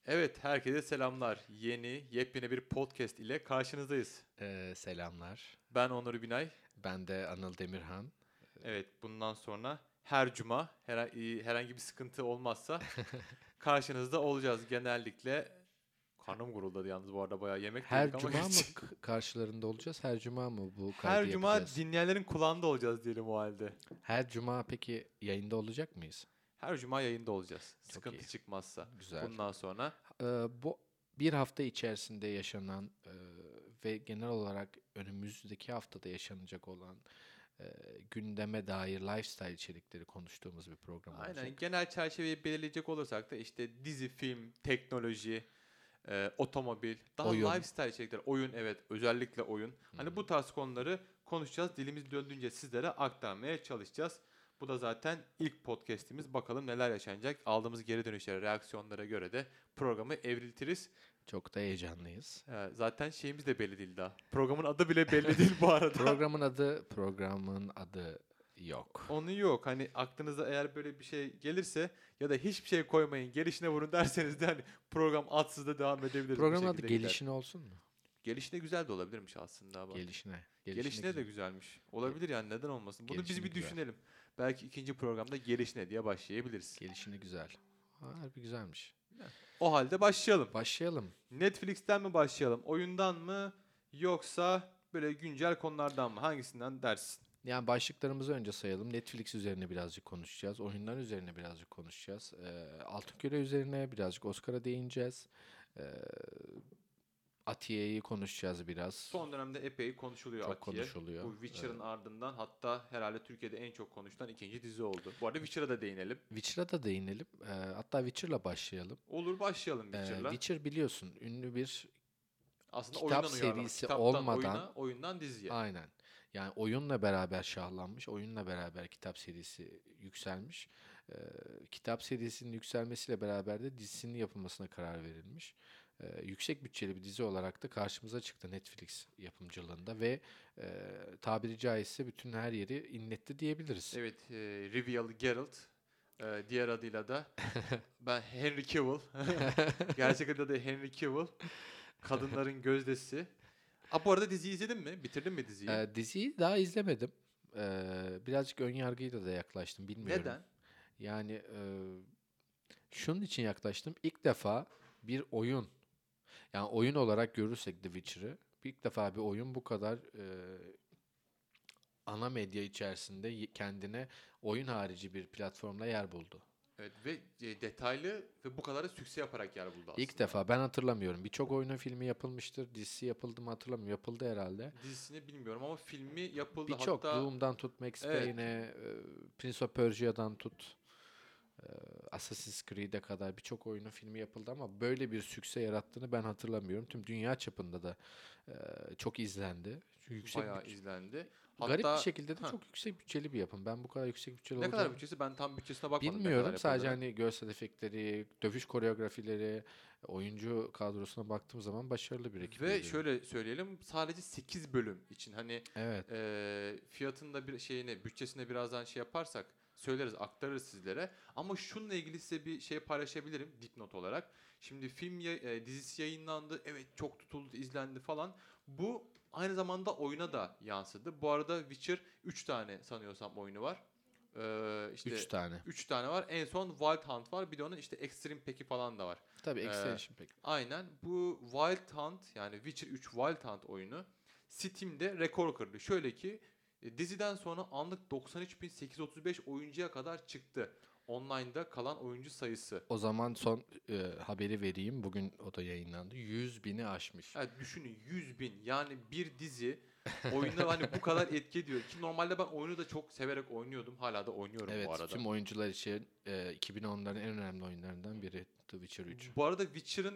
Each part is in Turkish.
Evet, herkese selamlar. Yepyeni bir podcast ile karşınızdayız. Selamlar. Ben Onur Binay. Ben de Anıl Demirhan. Evet, bundan sonra her cuma herhangi bir sıkıntı olmazsa karşınızda olacağız. Genellikle karnım guruldadı yalnız bu arada bayağı yemek de yedik Her ama cuma mı gerçekten. karşılarında olacağız? Her cuma mı bu Her kaydı cuma yapacağız? dinleyenlerin kulağında olacağız diyelim o halde. Her cuma peki yayında olacak mıyız? Her cuma yayında olacağız. Çok iyi. Sıkıntı çıkmazsa. Güzel. Bundan sonra. Bu bir hafta içerisinde yaşanan ve genel olarak önümüzdeki haftada yaşanacak olan gündeme dair lifestyle içerikleri konuştuğumuz bir program Aynen, olacak. genel çerçeveyi belirleyecek olursak da işte dizi, film, teknoloji, otomobil, daha Oyun. lifestyle içerikler, oyun, evet, özellikle oyun. Hani bu tarz konuları konuşacağız. Dilimiz döndüğünce sizlere aktarmaya çalışacağız. Bu da zaten ilk podcast'imiz. Bakalım neler yaşanacak. Aldığımız geri dönüşlere, reaksiyonlara göre de programı evriltiriz. Çok da heyecanlıyız. Zaten şeyimiz de belli değil daha. Programın adı bile belli değil bu arada. Programın adı yok. Onu yok. Hani aklınıza eğer böyle bir şey gelirse ya da hiçbir şey koymayın, gelişine vurun derseniz de hani program adsız da devam edebiliriz. Programın Bu adı şekilde gider. Gelişine olsun mu? Gelişine güzel de olabilirmiş aslında ama. Gelişine. Gelişine de güzelmiş. Olabilir yani, neden olmasın. Bunu biz Gelişine bir güzel. düşünelim. Belki ikinci programda gelişine diye başlayabiliriz. Gelişine güzel. Harbi güzelmiş. O halde başlayalım. Başlayalım. Netflix'ten mi başlayalım? Oyundan mı? Yoksa böyle güncel konulardan mı? Hangisinden dersin? Yani başlıklarımızı önce sayalım. Netflix üzerine birazcık konuşacağız. Oyunlar üzerine birazcık konuşacağız. Altın Küre üzerine birazcık Oscar'a değineceğiz. Ee, Atiye'yi konuşacağız biraz. Son dönemde epey konuşuluyor Çok Atiye. konuşuluyor. Bu Witcher'ın ardından hatta herhalde Türkiye'de en çok konuşulan ikinci dizi oldu. Bu arada Witcher'a da değinelim. Witcher'a da değinelim. Hatta Witcher'la başlayalım. Olur, başlayalım Witcher'la. Witcher biliyorsun ünlü bir Aslında kitap oyundan uyarlama. serisi Kitaptan olmadan oyuna, oyundan diziye. aynen. Yani oyunla beraber şahlanmış, oyunla beraber kitap serisi yükselmiş. Kitap serisinin yükselmesiyle beraber de dizisinin yapılmasına karar verilmiş. Yüksek bütçeli bir dizi olarak da karşımıza çıktı Netflix yapımcılığında ve tabiri caizse bütün her yeri inletti diyebiliriz. Evet, Rivia Geralt. Diğer adıyla da ben Henry Cavill. Gerçek adı da Henry Cavill. Kadınların gözdesi. Bu arada diziyi izledin mi? Bitirdin mi diziyi? Diziyi daha izlemedim. Birazcık ön yargıyla da yaklaştım, bilmiyorum. Neden? Yani şunun için yaklaştım. İlk defa bir oyun, yani oyun olarak görürsek The Witcher'ı, ilk defa bir oyun bu kadar ana medya içerisinde kendine oyun harici bir platformda yer buldu. Evet ve detaylı ve bu kadar da sükse yaparak yer buldu aslında. İlk defa, ben hatırlamıyorum. Birçok oyunun filmi yapılmıştır. Dizisi yapıldı mı hatırlamıyorum. Yapıldı herhalde. Dizisini bilmiyorum ama filmi yapıldı. Birçok, Hatta Doom'dan tut Max evet, Payne'e, Prince of Persia'dan tut Assassin's Creed'e kadar birçok oyunun filmi yapıldı ama böyle bir sükse yarattığını ben hatırlamıyorum. Tüm dünya çapında da çok izlendi. Çünkü yüksek bayağı bütçe- izlendi. Garip bir Hatta şekilde de çok yüksek bütçeli bir yapım. Ben bu kadar yüksek bütçeli ne kadar olacağını bütçesi, ben tam bütçesine bakmadım. Ne bilmiyorum. kadar Sadece yapıldığını. hani görsel efektleri, dövüş koreografileri, oyuncu kadrosuna baktığım zaman başarılı bir ekip Ve görüyorum. şöyle söyleyelim, sadece 8 bölüm için hani Evet. fiyatında bir şeyini, bütçesine birazdan şey yaparsak söyleriz, aktarırız sizlere. Ama şununla ilgili size bir şey paylaşabilirim dipnot olarak. Şimdi dizisi yayınlandı. Evet, çok tutuldu, izlendi falan. Bu aynı zamanda oyuna da yansıdı. Bu arada Witcher 3 tane sanıyorsam oyunu var. İşte 3 tane. 3 tane var. En son Wild Hunt var. Bir de onun işte Extreme Pack'i falan da var. Tabii Ee, extension pek. Aynen. Bu Wild Hunt, yani Witcher 3 Wild Hunt oyunu Steam'de rekor kırdı. Şöyle ki diziden sonra anlık 93.835 oyuncuya kadar çıktı. Online'da kalan oyuncu sayısı. O zaman son haberi vereyim. Bugün o da yayınlandı. 100.000'i aşmış. Yani düşünün, 100.000, yani bir dizi oyunda hani bu kadar etki ediyor. Ki normalde ben oyunu da çok severek oynuyordum. Hala da oynuyorum Evet, bu arada. tüm oyuncular için 2010'ların en önemli oyunlarından biri The Witcher 3. Bu arada Witcher'ın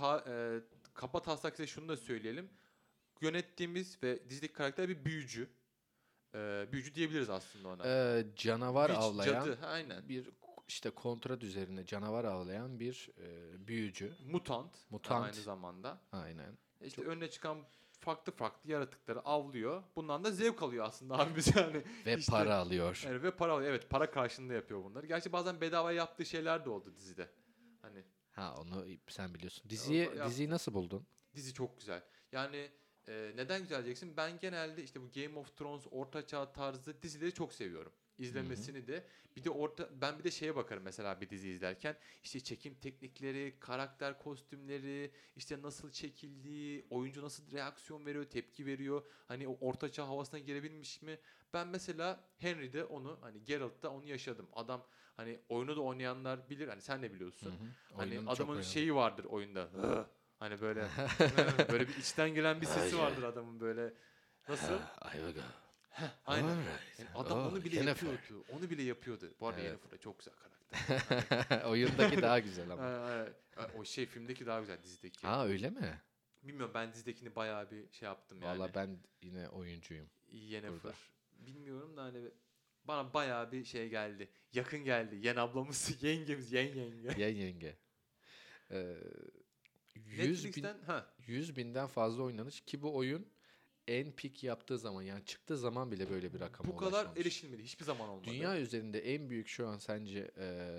kapa taslak, size şunu da söyleyelim. Yönettiğimiz ve dizideki karakter bir büyücü. Büyücü diyebiliriz aslında ona. Canavar avlayan Cadı, aynen. bir, işte kontrat üzerine canavar avlayan bir büyücü. Mutant. Mutant. Aynı zamanda. Aynen. İşte önüne çıkan farklı farklı yaratıkları avlıyor. Bundan da zevk alıyor aslında abimiz yani. Ve İşte, para alıyor. ve para alıyor. Evet, para karşılığında yapıyor bunları. Gerçi bazen bedava yaptığı şeyler de oldu dizide. Hani Ha, onu sen biliyorsun. Ya, Diziyi nasıl buldun? dizi çok güzel. Yani neden güzel diyeceksin? Ben genelde işte bu Game of Thrones, Orta Çağ tarzı dizileri çok seviyorum. Hı hı. İzlemesini de. Ben bir de şeye bakarım mesela bir dizi izlerken. İşte çekim teknikleri, karakter kostümleri, işte nasıl çekildiği, oyuncu nasıl reaksiyon veriyor, tepki veriyor. Hani o Orta Çağ havasına girebilmiş mi? Ben mesela Henry'de onu, hani Geralt'ta onu yaşadım. Adam, hani oyunu da oynayanlar bilir. Hani sen de Hı biliyorsun. hı. Hani Oyununu çok adamın oynadım. şeyi vardır oyunda. Hani böyle böyle bir içten gelen bir sesi Okay. vardır adamın böyle. Nasıl? I will go. Aynen. Alright. Yani adam Oh, onu bile Yennefer. yapıyordu. Onu bile yapıyordu. Bu arada Evet. Yennefer de çok güzel karakter. Hani Oyundaki daha güzel ama. o şey filmdeki daha güzel, dizideki. Ha, öyle mi? Bilmiyorum, ben dizidekini bayağı bir şey yaptım yani. Valla ben yine oyuncuyum Yennefer. burada. Bilmiyorum da hani bana bayağı bir şey geldi. Yakın geldi. Yen ablamız, yengemiz, yenge. Yen yenge. Ee, 100 bin, Netflix'ten ha 100 binden fazla oynanış ki bu oyun en peak yaptığı zaman, yani çıktığı zaman bile böyle bir rakama bu kadar ulaşmamış. erişilmedi. Hiçbir zaman olmadı. Dünya üzerinde en büyük şu an sence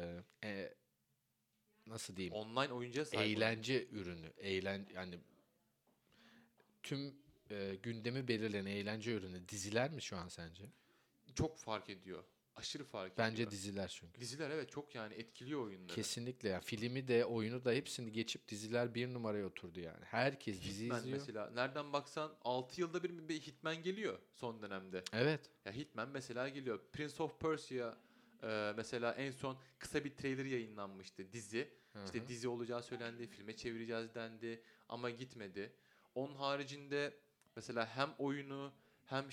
nasıl diyeyim? Online oyuncuya sahip olan. Eğlence ürünü. Yani tüm gündemi belirleyen eğlence ürünü diziler mi şu an sence? Çok fark ediyor. Aşırı fark Bence ediyor. diziler çünkü. Diziler evet çok yani etkiliyor oyunları. Kesinlikle ya. Filmi de oyunu da hepsini geçip diziler bir numaraya oturdu yani. Herkes dizi Hitman izliyor. mesela. Nereden baksan 6 yılda bir mi bir Hitman geliyor son dönemde. Evet. Ya Hitman mesela geliyor. Prince of Persia mesela en son kısa bir trailer yayınlanmıştı, dizi. Hı İşte hı. dizi olacağı söylendi, filme çevireceğiz dendi ama gitmedi. Onun haricinde mesela hem oyunu hem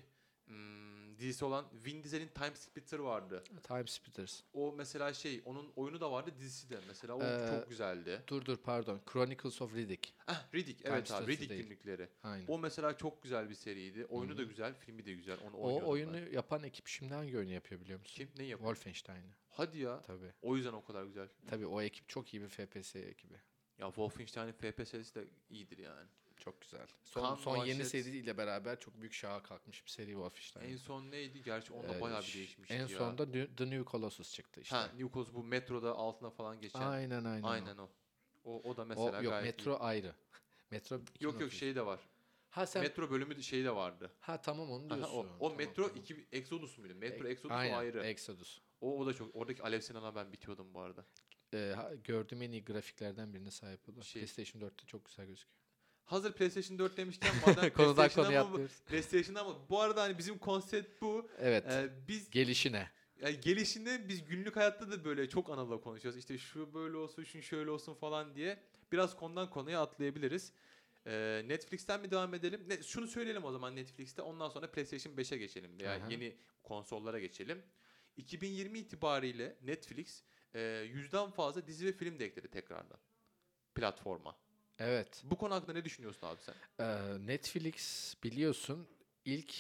dizisi olan Vin Diesel'in Time Splitter vardı. Time Splitters. O mesela onun oyunu da vardı, dizisi de. Mesela o Ee, çok güzeldi. dur pardon. Chronicles of Riddick. Riddick, Time evet abi, Splitters Riddick değil. günlükleri. Aynen. O mesela çok güzel bir seriydi. Hı Oyunu da hı. güzel, filmi de güzel. Onu O oynuyordum oyunu ben. yapan ekip şimdi hangi oyunu yapıyor biliyor musun? Kim ne yapıyor? Wolfenstein'ı. Hadi ya. Tabii. O yüzden o kadar güzel. Tabii o ekip çok iyi bir FPS ekibi. Ya Wolfenstein'in FPS'si de iyidir yani. Çok güzel. Son Kan, son yeni vahşet. seriyle beraber çok büyük şaha kalkmış bir seri Wolfenstein. En son neydi? Gerçi onda bayağı bir En değişmişti ya. sonda The New Colossus çıktı işte. Ha, Newcastle, bu metroda altına falan geçen. Aynen o. Aynen o. O da O mesela yok, gayet iyi. Metro ayrı. Metro Yok yok, 2033. şey de var. Ha sen Metro bölümü de şeyi de vardı. ha tamam onu Aha, diyorsun. o Tamam Metro tamam. 2 Exodus muydu? Metro Exodus o Aynen ayrı. Exodus. O da çok, oradaki Alev Sinan'a ben bitiyordum bu arada. Gördüğüm en iyi grafiklerden birine sahip o da. Şey, PlayStation 4'te çok güzel gözüküyor. hazır PlayStation 4 demişken madem Konudan konuya atlıyoruz. PlayStation ama bu arada hani bizim konsept bu. Evet. Biz Gelişine. yani gelişinde biz günlük hayatta da böyle çok anıla konuşuyoruz. İşte şu böyle olsun, şu şöyle olsun falan diye. Biraz konudan konuya atlayabiliriz. Netflix'ten mi devam edelim? Şunu söyleyelim o zaman Netflix'te. Ondan sonra PlayStation 5'e geçelim veya Aha. yeni konsollara geçelim. 2020 itibariyle Netflix 100'den fazla dizi ve film de ekledi tekrardan platforma. Evet. Bu konu hakkında ne düşünüyorsun abi sen? Netflix biliyorsun ilk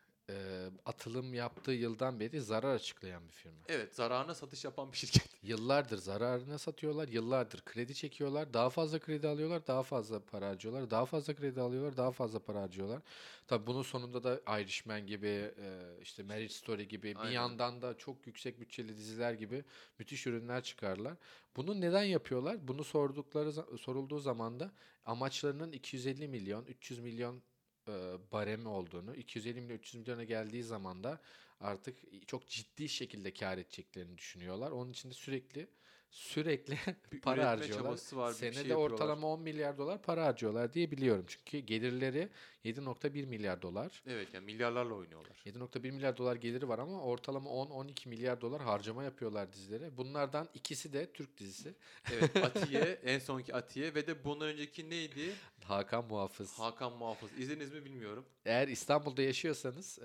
atılım yaptığı yıldan beri zarar açıklayan bir firma. Evet, zararına satış yapan bir şirket. Yıllardır zararına satıyorlar, yıllardır kredi çekiyorlar, daha fazla kredi alıyorlar, daha fazla para harcıyorlar, daha fazla kredi alıyorlar, daha fazla para harcıyorlar. Tabii bunun sonunda da Irishman gibi, işte Marriage Story gibi, bir Aynen. yandan da çok yüksek bütçeli diziler gibi müthiş ürünler çıkarlar. Bunu neden yapıyorlar? Bunu sorulduğu zaman da amaçlarının 250 milyon, 300 milyon baremi olduğunu, 250 milyon 300 milyona geldiği zaman da artık çok ciddi şekilde kâr edeceklerini düşünüyorlar. Onun için de sürekli Bir para üretme harcıyorlar. çabası var, bir şey Senede yapıyorlar. ortalama 10 milyar dolar para harcıyorlar diye biliyorum. Çünkü gelirleri 7,1 milyar dolar. Evet, yani milyarlarla oynuyorlar. 7,1 milyar dolar geliri var ama ortalama 10-12 milyar dolar harcama yapıyorlar dizilere. Bunlardan ikisi de Türk dizisi. Evet, Atiye, en sonki Atiye ve de bundan önceki neydi? Hakan Muhafız. Hakan Muhafız. İzlediniz mi bilmiyorum. Eğer İstanbul'da yaşıyorsanız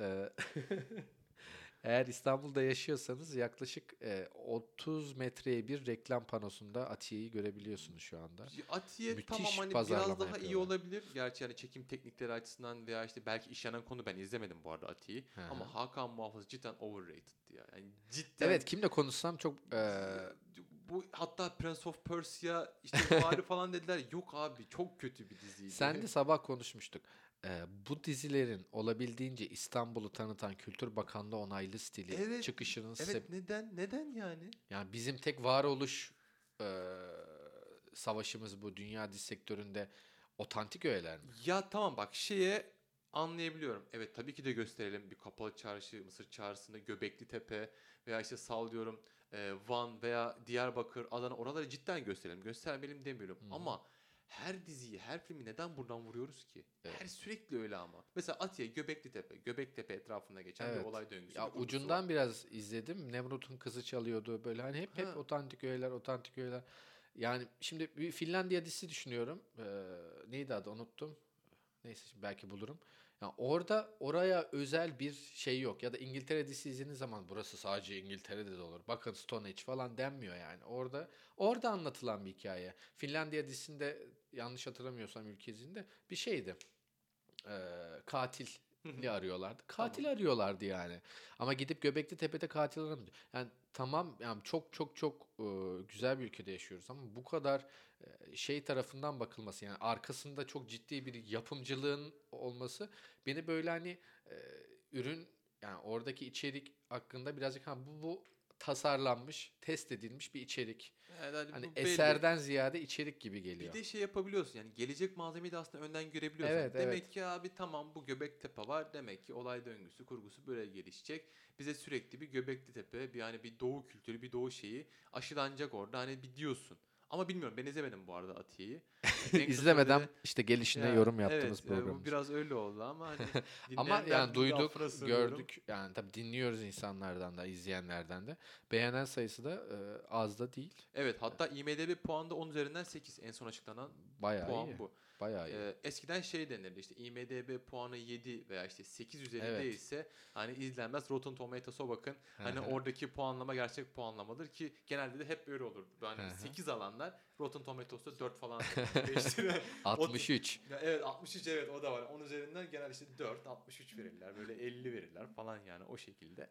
eğer İstanbul'da yaşıyorsanız yaklaşık 30 metreye bir reklam panosunda Atiye'yi görebiliyorsunuz şu anda. Atiye Müthiş tamam, hani pazarlama biraz daha iyi yapıyorlar. olabilir. Gerçi hani çekim teknikleri açısından veya işte belki işlenen konu, ben izlemedim bu arada Atiye'yi. Hı hı. Ama Hakan Muhafız cidden overrated'tı ya. Yani cidden Evet, kimle konuşsam çok bu, hatta Prince of Persia işte vari falan dediler. Yok abi, çok kötü bir diziydi. sen de sabah konuşmuştuk. Bu dizilerin olabildiğince İstanbul'u tanıtan Kültür Bakanlığı onaylı stili Evet. çıkışının Evet, neden yani? yani bizim tek varoluş eee, savaşımız bu dünya dizi sektöründe otantik öğeler mi? Ya tamam bak şeye anlayabiliyorum. Evet tabii ki de gösterelim bir kapalı çarşı, Mısır çarşısında Göbekli Tepe veya işte sallıyorum Van veya Diyarbakır, Adana oraları cidden gösterelim. Göstermeyelim demiyorum. Hı hı. Ama her diziyi, her filmi neden buradan vuruyoruz ki? Evet. Her sürekli öyle ama. Mesela Atiye, Göbekli Tepe. Göbekli Tepe etrafında geçen bir Evet. olay döngüsü, Ya bir kurgusu var. ucundan biraz izledim. Nemrut'un kızı çalıyordu böyle hani hep Ha. otantik öğeler, otantik öğeler. Yani şimdi bir Finlandiya dizisi düşünüyorum. Neydi adı unuttum. Neyse şimdi belki bulurum. Ya orada oraya özel bir şey yok. Ya da İngiltere dizisi izlediğiniz zaman burası sadece İngiltere'de de olur. Bakın Stone Age falan denmiyor yani. Orada anlatılan bir hikaye. Finlandiya dizisinde yanlış hatırlamıyorsam ülke dizisinde bir şeydi. Katili arıyorlardı. Tamam. Katil arıyorlardı yani. Ama gidip Göbekli Tepe'de katil aramıyor. Yani tamam yani çok çok çok güzel bir ülkede yaşıyoruz ama bu kadar şey tarafından bakılması yani arkasında çok ciddi bir yapımcılığın olması beni böyle hani e, ürün yani oradaki içerik hakkında birazcık bu tasarlanmış, test edilmiş bir içerik. Yani hani Hani bu belli. eserden ziyade içerik gibi Bir geliyor. de şey yapabiliyorsun yani gelecek malzemeyi de aslında önden görebiliyorsun. Evet, Yani demek evet. ki abi tamam bu Göbektepe var. Demek ki olay döngüsü, kurgusu böyle gelişecek. Bize sürekli bir Göbekli Tepe, bir yani bir doğu kültürü, bir doğu şeyi aşılanacak orada. Hani bir diyorsun. Ama bilmiyorum ben izlemedim bu arada Atiye'yi. En kısa sürede İzlemeden de işte gelişine ya yorum yaptığımız evet bu programımız. biraz öyle oldu ama hani Ama yani dinleyenler bunu da affına duyduk, sığınıyorum. gördük. Yani tabii dinliyoruz insanlardan da, izleyenlerden de. Beğenen sayısı da az da değil. Evet hatta IMDb puanı da 10 üzerinden 8 en son açıklanan Bayağı iyi. puan bu. Bayağı iyi. Eskiden şey denirdi işte IMDb puanı 7 veya işte 8 üzerinde Evet. ise hani izlenmez. Rotten Tomatoes'a bakın. Hı Hani hı. oradaki puanlama gerçek puanlamadır ki genelde de hep böyle olur. Hı Yani hı. 8 alanlar Rotten Tomatoes'ta 4 falan. 5 63. Ya evet 63 evet o da var. 10 üzerinden genel işte 4, 63 verirler. Böyle 50 verirler falan yani o şekilde.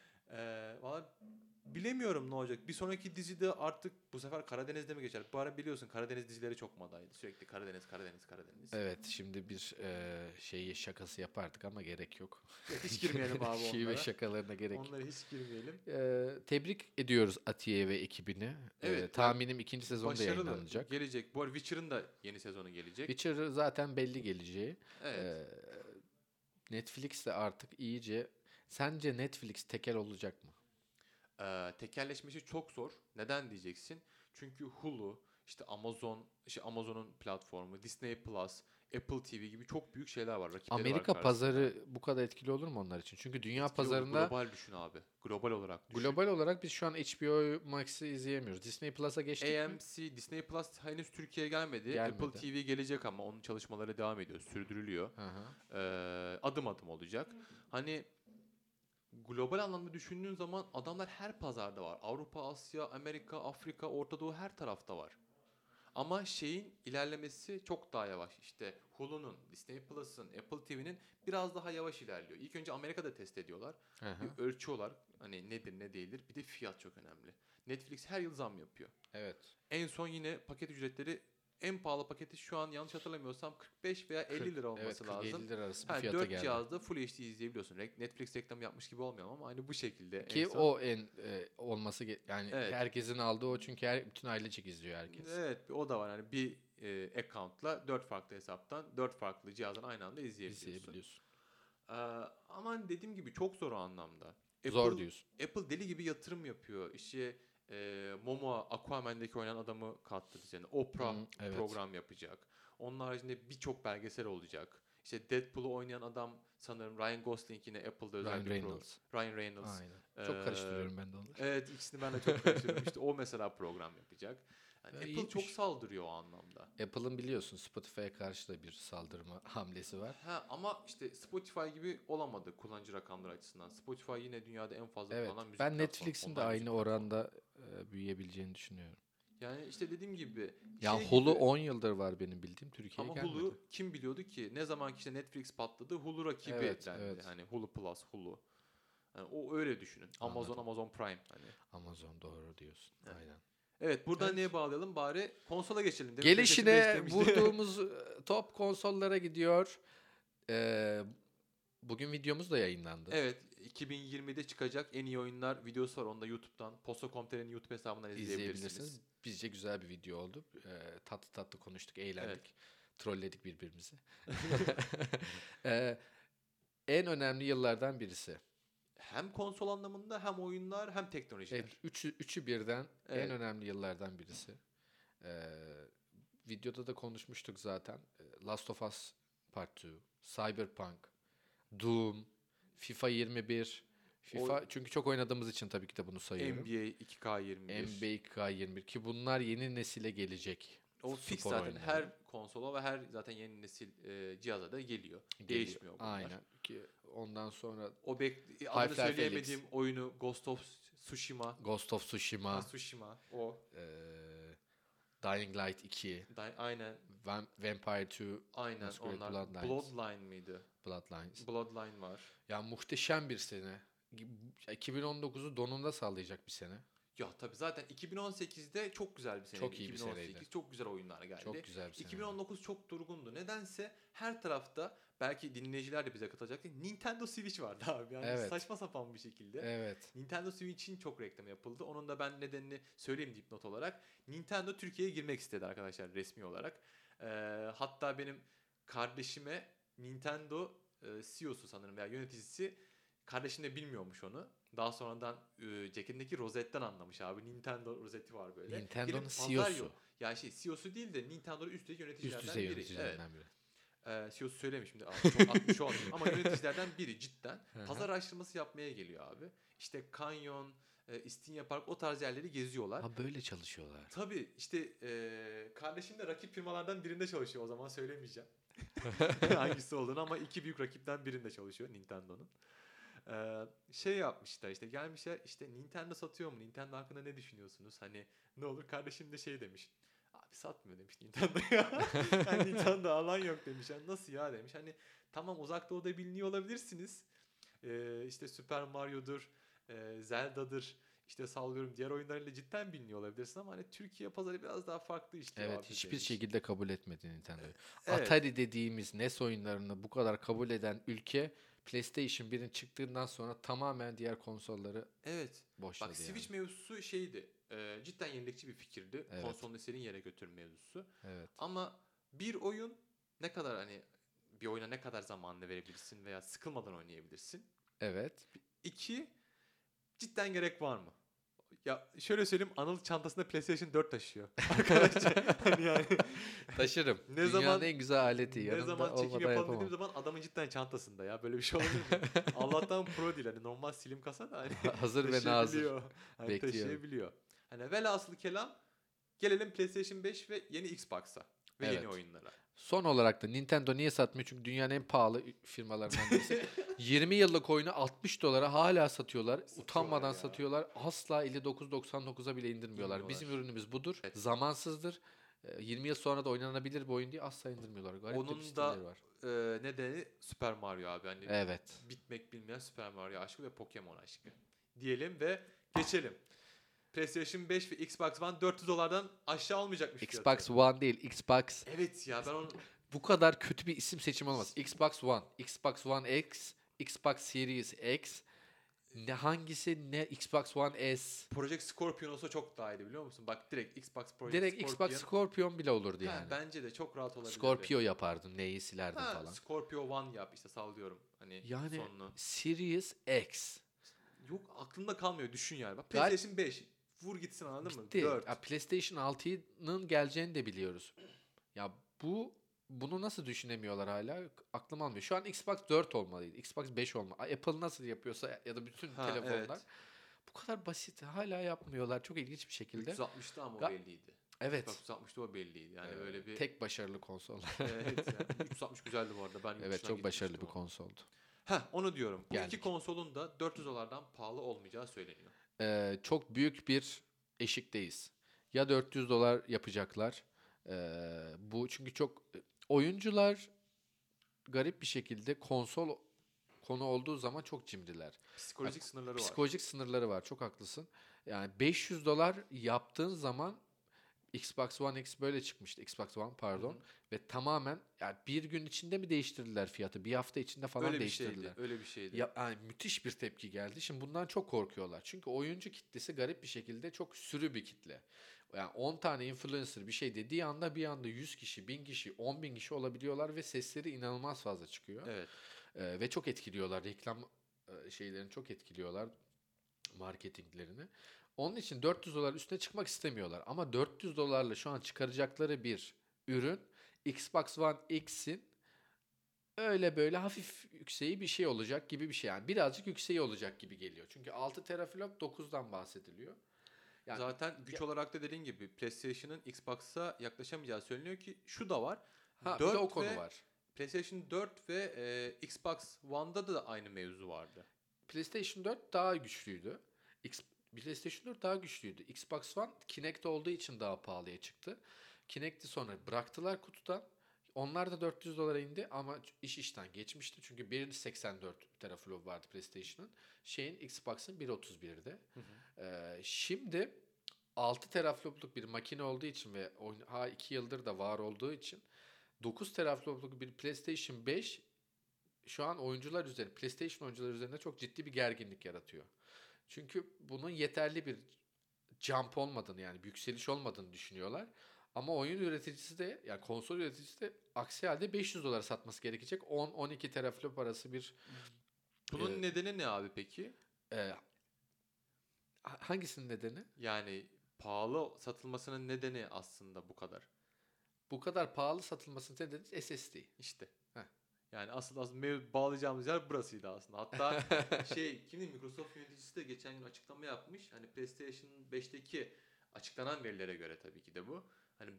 Valla bilemiyorum ne olacak. Bir sonraki dizide artık bu sefer Karadeniz'de mi geçer? Bu ara biliyorsun Karadeniz dizileri çok modaydı. Sürekli Karadeniz, Karadeniz, Karadeniz. Evet, şimdi bir şeyi şakası yapardık ama gerek yok. Yok hiç girmeyelim abi Şive onlara. şakalarına gerek yok. Onlara hiç girmeyelim. Tebrik ediyoruz Atiye ve ekibini. Evet yani Tahminim ikinci sezonda başarılı yayınlanacak. gelecek. Bu arada Witcher'ın da yeni sezonu gelecek. Witcher zaten belli geleceği. Evet. Ee, Netflix de artık iyice... Sence Netflix tekel olacak mı? Tekelleşmesi çok zor. Neden diyeceksin? Çünkü Hulu, işte Amazon, işte Amazon'un platformu, Disney Plus, Apple TV gibi çok büyük şeyler var. Rakipleri var Amerika karşısında. pazarı bu kadar etkili olur mu onlar için? Çünkü dünya Etkili olur. pazarında Global düşün abi. Global olarak düşün. global olarak biz şu an HBO Max'i izleyemiyoruz. Disney Plus'a geçtik mi? AMC, Disney Plus henüz Türkiye'ye gelmedi. Apple Gelmedi. TV gelecek ama onun çalışmaları devam ediyor, sürdürülüyor. Hı hı. Adım adım olacak. Hani global anlamda düşündüğün zaman adamlar her pazarda var. Avrupa, Asya, Amerika, Afrika, Orta Doğu her tarafta var. Ama şeyin ilerlemesi çok daha yavaş. İşte Hulu'nun, Disney Plus'ın, Apple TV'nin biraz daha yavaş ilerliyor. İlk önce Amerika'da test ediyorlar. Hı hı. Bir ölçüyorlar. Hani nedir ne değildir. Bir de fiyat çok önemli. Netflix her yıl zam yapıyor. Evet. En son yine paket ücretleri en pahalı paketi şu an yanlış hatırlamıyorsam 45 veya 50 lira Evet, olması 40 lazım. 50 lira arası bir Ha, fiyata 4 geldi. cihazda Full HD izleyebiliyorsun. Netflix reklamı yapmış gibi olmuyor ama aynı bu şekilde en Ki son. o en olması yani Evet. herkesin aldığı o çünkü bütün ailecek izliyor herkes. Evet o da var. Yani bir account'la 4 farklı hesaptan 4 farklı cihazdan aynı anda izleyebiliyorsun. İzleyebiliyorsun. Ee, Ama hani dediğim gibi çok zor o anlamda. Zor diyorsun. Apple deli gibi yatırım yapıyor. İşte Momoa Aquaman'daki oynayan adamı kattı dizine. Oprah Evet. program yapacak. Onun haricinde birçok belgesel olacak. İşte Deadpool'u oynayan adam sanırım Ryan Gosling yine Apple'da özel Ryan bir Reynolds. Ryan Reynolds. Aynen. Çok Ee, karıştırıyorum ben de onları. evet ikisini ben de çok karıştırıyorum. İşte o mesela program yapacak. Yani Apple çok İyiymiş. saldırıyor o anlamda. Apple'ın biliyorsun Spotify'a karşı da bir saldırma hamlesi var. Ha, ama işte Spotify gibi olamadı kullanıcı rakamları açısından. Spotify yine dünyada en fazla Evet. kullanılan müzik Ben platformu. Netflix'in de Online müzik aynı platformu. oranda büyüyebileceğini düşünüyorum. Yani işte dediğim gibi Ya şey Hulu gibi 10 yıldır var benim bildiğim. Türkiye'ye ama gelmedi. Hulu kim biliyordu ki ne zaman ki işte Netflix patladı Hulu rakibi Evet, dendi. evet. Hani Hulu Plus, Hulu. Yani o öyle düşünün. Amazon, Anladım. Amazon Prime hani. Amazon doğru diyorsun. Evet. Aynen. Evet buradan Evet. neye bağlayalım bari konsola geçelim değil mi? PlayStation 5 Gelişine demişti. vurduğumuz top konsollara gidiyor. Bugün videomuz da yayınlandı. Evet 2020'de çıkacak en iyi oyunlar videosu var. Onu da YouTube'dan, Posta.com.tr'nin YouTube hesabından izleyebilirsiniz. İzleyebilirsiniz. Bizce güzel bir video oldu. Tatlı tatlı konuştuk, eğlendik. Evet. Trolledik birbirimizi. Ee, En önemli yıllardan birisi. Hem konsol anlamında hem oyunlar hem teknolojiler. Evet, üçü birden en Evet. önemli yıllardan birisi. Ee, Videoda da konuşmuştuk zaten. Last of Us Part 2, Cyberpunk, Doom, FIFA 21. FIFA çünkü çok oynadığımız için tabii ki de bunu sayıyorum. NBA 2K21. NBA 2K21 ki bunlar yeni nesile gelecek. O fix spor zaten oyunları. her konsola ve her zaten yeni nesil cihaza da geliyor. Değişmiyor bunlar. Aynen. Ki ondan sonra O adını Half-Life söyleyemediğim oyunu Ghost of Tsushima. Ghost of Tsushima, Tsushima. O. Dying Light 2, Aynen. Vampire 2, Aynen Masquerade onlar. Bloodlines. Bloodline mıydı? Bloodlines. Bloodline var. Ya muhteşem bir sene. 2019'u donunda sallayacak bir sene. Ya tabii zaten 2018'de çok güzel bir seneydi. Çok iyi bir 2018 seneydi. çok güzel oyunlar geldi. Çok güzel bir sene. 2019 çok durgundu. Nedense her tarafta belki dinleyiciler de bize katılacaktır. Nintendo Switch vardı abi. Yani Evet. saçma sapan bir şekilde. Evet. Nintendo Switch'in çok reklamı yapıldı. Onun da ben nedenini söyleyeyim dipnot olarak. Nintendo Türkiye'ye girmek istedi arkadaşlar resmi olarak. Hatta benim kardeşime Nintendo CEO'su sanırım veya yöneticisi kardeşim de bilmiyormuş onu. Daha sonradan ceketindeki rozetten anlamış abi. Nintendo rozeti var böyle. Nintendo'nun Girip pazar CEO'su. yok. Yani CEO'su değil de Nintendo'nun üstteki Üst yöneticilerden düzey biri. yöneticilerinden biri. CEO'su söyleyeyim şimdi. Abi, çok atmış olmayayım. Ama yöneticilerden biri cidden. Hı hı. Pazar araştırması yapmaya geliyor abi. İşte Canyon, İstinye Park o tarz yerleri geziyorlar. Ha böyle çalışıyorlar. Tabii işte kardeşim de rakip firmalardan birinde çalışıyor, o zaman söylemeyeceğim hangisi olduğunu, ama iki büyük rakipten birinde çalışıyor Nintendo'nun. Şey yapmışlar, işte gelmişler, işte Nintendo satıyor mu? Nintendo hakkında ne düşünüyorsunuz? Hani ne olur, kardeşim de şey demiş. Abi satmıyor demiş Nintendo'ya. Yani Nintendo alan yok demiş. Yani nasıl ya demiş. Hani tamam, Uzak Doğu'da biliniyor olabilirsiniz. İşte Super Mario'dur, Zelda'dır. İşte sallıyorum diğer oyunlarıyla cidden biliniyor olabilirsin ama hani Türkiye pazarı biraz daha farklı işliyor Evet, abi hiçbir demiş. şekilde kabul etmedi Nintendo'yu. Evet. Atari dediğimiz NES oyunlarını bu kadar kabul eden ülke PlayStation 1'in çıktığından sonra tamamen diğer konsolları Evet. boşladı Bak yani. Switch mevzusu şeydi. Cidden yenilikçi bir fikirdi. Evet. Konsolunu istediğin yere götür mevzusu. Evet. Ama bir oyun ne kadar, hani bir oyuna ne kadar zamanını verebilirsin veya sıkılmadan oynayabilirsin. Evet. İki, cidden gerek var mı? Ya şöyle söyleyeyim, Anıl çantasında PlayStation 4 taşıyor. Arkadaşlar hani yani Taşırım. Ne Dünyanın zaman- en güzel aleti. ne Yanımda zaman çekim olmadan yapalım yapamam. dediğim zaman adamın cidden çantasında ya. Böyle bir şey olabilir mi? Allah'tan Pro değil, hani normal slim kasa da hani Hazır ve nazır. taşıyabiliyor. Hani Bekliyorum. taşıyabiliyor. Hani velhasıl kelam, gelelim PlayStation 5 ve yeni Xbox'a ve Evet. yeni oyunlara. Son olarak da Nintendo niye satmıyor? Çünkü dünyanın en pahalı firmalarından birisi. 20 yıllık oyunu 60 dolara hala satıyorlar. Utanmadan ya. satıyorlar. Asla 59.99'a bile indirmiyorlar. İnmiyorlar. Bizim ürünümüz budur. Evet. Zamansızdır. 20 yıl sonra da oynanabilir bir oyun diye asla indirmiyorlar. Garip de bir Onun stilleri da var. nedeni Super Mario abi. Hani Evet. bitmek bilmeyen Super Mario aşkı ve Pokemon aşkı. Diyelim ve geçelim. PlayStation 5 ve Xbox One 400 dolardan aşağı olmayacakmış Xbox fiyatı. One değil, Xbox. Evet ya, ben onu Bu kadar kötü bir isim seçimi olmaz. Xbox One, Xbox One X, Xbox Series X. Ne hangisi ne Xbox One S. Project Scorpion olsa çok daha iyiydi, biliyor musun? Bak direkt Xbox Project Direkt Scorpion. Xbox Scorpion bile olurdu Ha, yani. bence de çok rahat olabilirdi. Scorpio yapardın, neyi silerdin Ha, falan. Scorpio One yap işte, sallıyorum. Hani Yani sonunu. Series X. Yok, aklımda kalmıyor, düşün yani. Bak Gal- PlayStation 5 vur gitsin, anladın mı? Bitti. 4. Ya PlayStation 6'nın geleceğini de biliyoruz. Ya bunu nasıl düşünemiyorlar hala? Aklım almıyor. Şu an Xbox 4 olmalıydı. Xbox 5 olmalı. Apple nasıl yapıyorsa ya da bütün Ha, telefonlar. evet. Bu kadar basit. Hala yapmıyorlar. Çok ilginç bir şekilde. 360'da ama o Ga- belliydi. Evet. Xbox 360'da o belliydi. Yani böyle bir... Tek başarılı konsollar. Evet yani. 360 güzeldi bu arada. Ben yurt Evet, dışına çok başarılı bir gitmiştim ona. konsoldu. Onu diyorum. Bu Geldik. iki konsolun da 400 dolardan pahalı olmayacağı söyleniyor. Çok büyük bir eşikteyiz. Ya 400 dolar yapacaklar. Bu çünkü çok oyuncular garip bir şekilde konsol konu olduğu zaman çok cimriler. Psikolojik sınırları var. Psikolojik sınırları var. Çok haklısın. Yani 500 dolar yaptığın zaman Xbox One X böyle çıkmıştı. Xbox One Hı pardon. hı. Ve tamamen yani bir gün içinde mi değiştirdiler fiyatı? Bir hafta içinde falan Öyle bir şeydi. değiştirdiler. Öyle bir şeydi. Ya, yani müthiş bir tepki geldi. Şimdi bundan çok korkuyorlar. Çünkü oyuncu kitlesi garip bir şekilde çok sürü bir kitle. Yani 10 tane influencer bir şey dediği anda bir anda 100 kişi, 1000 kişi, 10 bin kişi olabiliyorlar ve sesleri inanılmaz fazla çıkıyor. Evet. Ve çok etkiliyorlar. Reklam şeylerini çok etkiliyorlar, marketinglerini. Onun için 400 dolar üstüne çıkmak istemiyorlar. Ama 400 dolarla şu an çıkaracakları bir ürün Xbox One X'in öyle böyle hafif yükseği bir şey olacak gibi bir şey. Yani birazcık yükseği olacak gibi geliyor. Çünkü 6 teraflop 9'dan bahsediliyor. Yani Zaten güç ya- olarak da dediğin gibi PlayStation'ın Xbox'a yaklaşamayacağı söyleniyor ki şu da var. bir de o 4 konu ve var. PlayStation 4 ve Xbox One'da da aynı mevzu vardı. PlayStation 4 daha güçlüydü. X, PlayStation 4 daha güçlüydü. Xbox One Kinect olduğu için daha pahalıya çıktı. Kinect'i sonra bıraktılar kutudan. Onlar da 400 dolara indi ama iş işten geçmişti. Çünkü 1.84 teraflop vardı PlayStation'ın. Xbox'ın 1.31'de. Hı hı. Şimdi 6 teraflopluk bir makine olduğu için ve 2 yıldır da var olduğu için 9 teraflopluk bir PlayStation 5 şu an oyuncular üzerinde, PlayStation oyuncular üzerinde çok ciddi bir gerginlik yaratıyor. Çünkü bunun yeterli bir jump olmadığını yani bir yükseliş olmadığını düşünüyorlar. Ama oyun üreticisi de yani konsol üreticisi de aksi halde 500 dolara satması gerekecek. 10-12 teraflop arası bir Bunun e, nedeni ne abi peki? e, hangisinin nedeni? Yani pahalı satılmasının nedeni aslında bu kadar. Bu kadar pahalı satılmasının nedeni SSD. İşte. Heh. Yani asıl bağlayacağımız yer burasıydı aslında. Hatta kimdi, Microsoft yöneticisi de geçen gün açıklama yapmış. Hani PlayStation 5'teki açıklanan verilere göre tabii ki de bu. Hani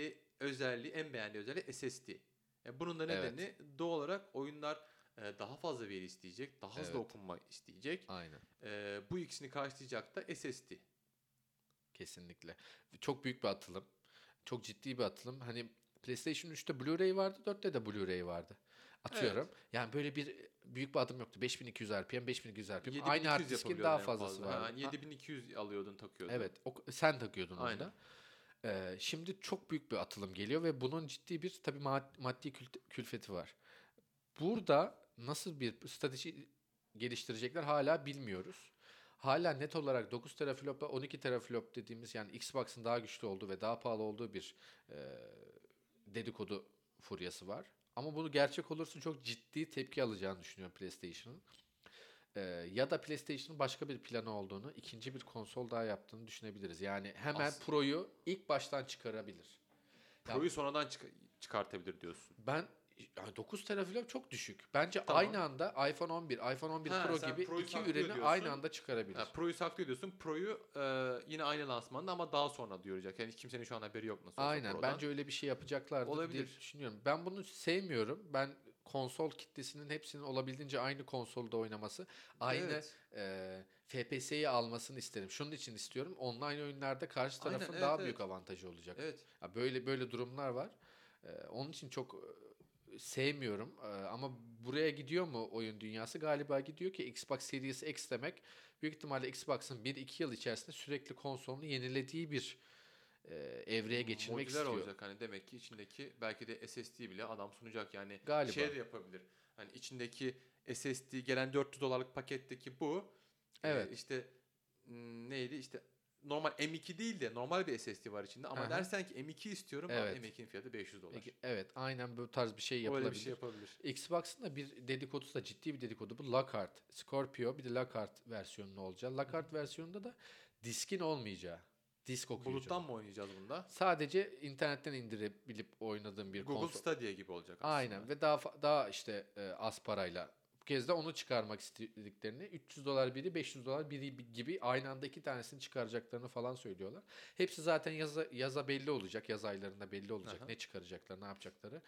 en beğendiği özelliği SSD. Bunun da Evet. nedeni doğal olarak oyunlar daha fazla veri isteyecek, daha hızlı Evet. okunma isteyecek. Aynen. Bu ikisini karşılayacak da SSD. Kesinlikle. Çok büyük bir atılım. Çok ciddi bir atılım. Hani PlayStation 3'te Blu-ray vardı, 4'te de Blu-ray vardı. Evet. Atıyorum. Yani böyle bir büyük bir adım yoktu. 5200 RPM, 5200 RPM. Aynı 7200 hard diskin daha yapabiliyordun en fazlası fazla. Ha, vardı. hani 7200 alıyordun, takıyordun. Evet, sen takıyordun onu Aynen. da. Şimdi çok büyük bir atılım geliyor ve bunun ciddi bir tabii maddi külfeti var. Burada nasıl bir strateji geliştirecekler hala bilmiyoruz. Hala net olarak 9 teraflopla 12 teraflop dediğimiz yani Xbox'ın daha güçlü olduğu ve daha pahalı olduğu bir e, dedikodu furyası var. Ama bunu gerçek olursa çok ciddi tepki alacağını düşünüyorum PlayStation'ın. Ee, Ya da PlayStation'ın başka bir planı olduğunu, ikinci bir konsol daha yaptığını düşünebiliriz. Yani hemen As Pro'yu ilk baştan çıkarabilir. Ya Pro'yu sonradan çıkartabilir diyorsun. ben yani 9 teraflop çok düşük. Bence Tamam. aynı anda iPhone 11, iPhone 11 Ha, Pro sen gibi Pro'yu iki saklıyor ürünü aynı diyorsun. anda çıkarabilir. Ha, Pro'yu saklıyor diyorsun. Pro'yu yine aynı lansmanda ama daha sonra duyuracak. Yani hiç kimsenin şu an haberi yok nasıl olsa Aynen. Pro'dan. Bence öyle bir şey yapacaklardır diye Olabilir. düşünüyorum. Ben bunu sevmiyorum. Ben konsol kitlesinin hepsinin olabildiğince aynı konsolda oynaması, aynı Evet. FPS'yi almasını isterim. Şunun için istiyorum. Online oyunlarda karşı Aynen, tarafın evet, daha büyük evet. avantajı olacak. Evet. Ya böyle durumlar var. Onun için çok sevmiyorum. Ama buraya gidiyor mu oyun dünyası? Galiba gidiyor ki Xbox Series X demek büyük ihtimalle Xbox'ın 1-2 yıl içerisinde sürekli konsolunu yenilediği bir e, evreye geçirmek Modüler istiyor. olacak hani, demek ki içindeki belki de SSD bile adam sunacak. Yani şey Galiba. de yapabilir. Hani içindeki SSD gelen 400 dolarlık paketteki bu. Evet. İşte neydi işte, normal M2 değil de normal bir SSD var içinde Hı ama hı. dersen ki M2 istiyorum, abi Evet. M2'nin fiyatı 500 Peki, dolar. evet, aynen bu tarz bir şey O öyle bir şey yapılabilir. yapabilir. Xbox'ın da bir dedikodusu da ciddi bir dedikodu. Bu Lockhart, Scorpio bir de Lockhart versiyonunu olacak. Hı hı. Lockhart versiyonunda da diskin olmayacağı, disk okuyucunun. Buluttan mı oynayacağız bunda? Sadece internetten indirebilip oynadığım bir Google konsol. Stadia gibi olacak aslında. Aynen ve daha işte az parayla. Bu kez de onu çıkarmak istediklerini 300 dolar biri 500 dolar biri gibi aynı anda iki tanesini çıkaracaklarını falan söylüyorlar. Hepsi zaten yaza belli olacak. Yaz aylarında belli Hı olacak hı. ne çıkaracaklar ne yapacakları.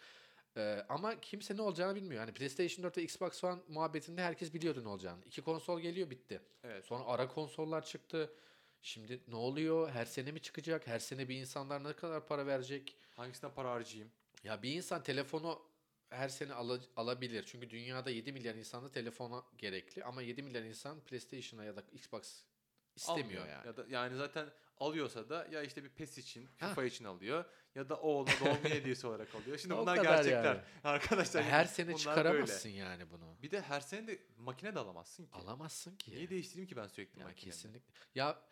Ama kimse ne olacağını bilmiyor. Hani PlayStation 4 ve Xbox One muhabbetinde herkes biliyordu ne olacağını. İki konsol geliyor bitti. Evet. Sonra ara konsollar çıktı. Şimdi ne oluyor? Her sene mi çıkacak? Her sene bir insanlar ne kadar para verecek? Hangisinden para harcayayım? Ya bir insan telefonu her sene alabilir. Çünkü dünyada 7 milyar insanda telefona gerekli. Ama 7 milyar insan PlayStation'a ya da Xbox istemiyor Almıyor. yani. Ya da yani zaten alıyorsa da ya işte bir PES için, Hah. FIFA için alıyor ya da oğluna doğum günü hediyesi olarak alıyor. Şimdi O bunlar kadar gerçekler. yani. Arkadaşlar Her sene bunlar çıkaramazsın böyle. yani bunu. Bir de her sene de makine de alamazsın ki. Alamazsın ki. Niye değiştireyim ki ben sürekli Ya makinemi? kesinlikle. Ya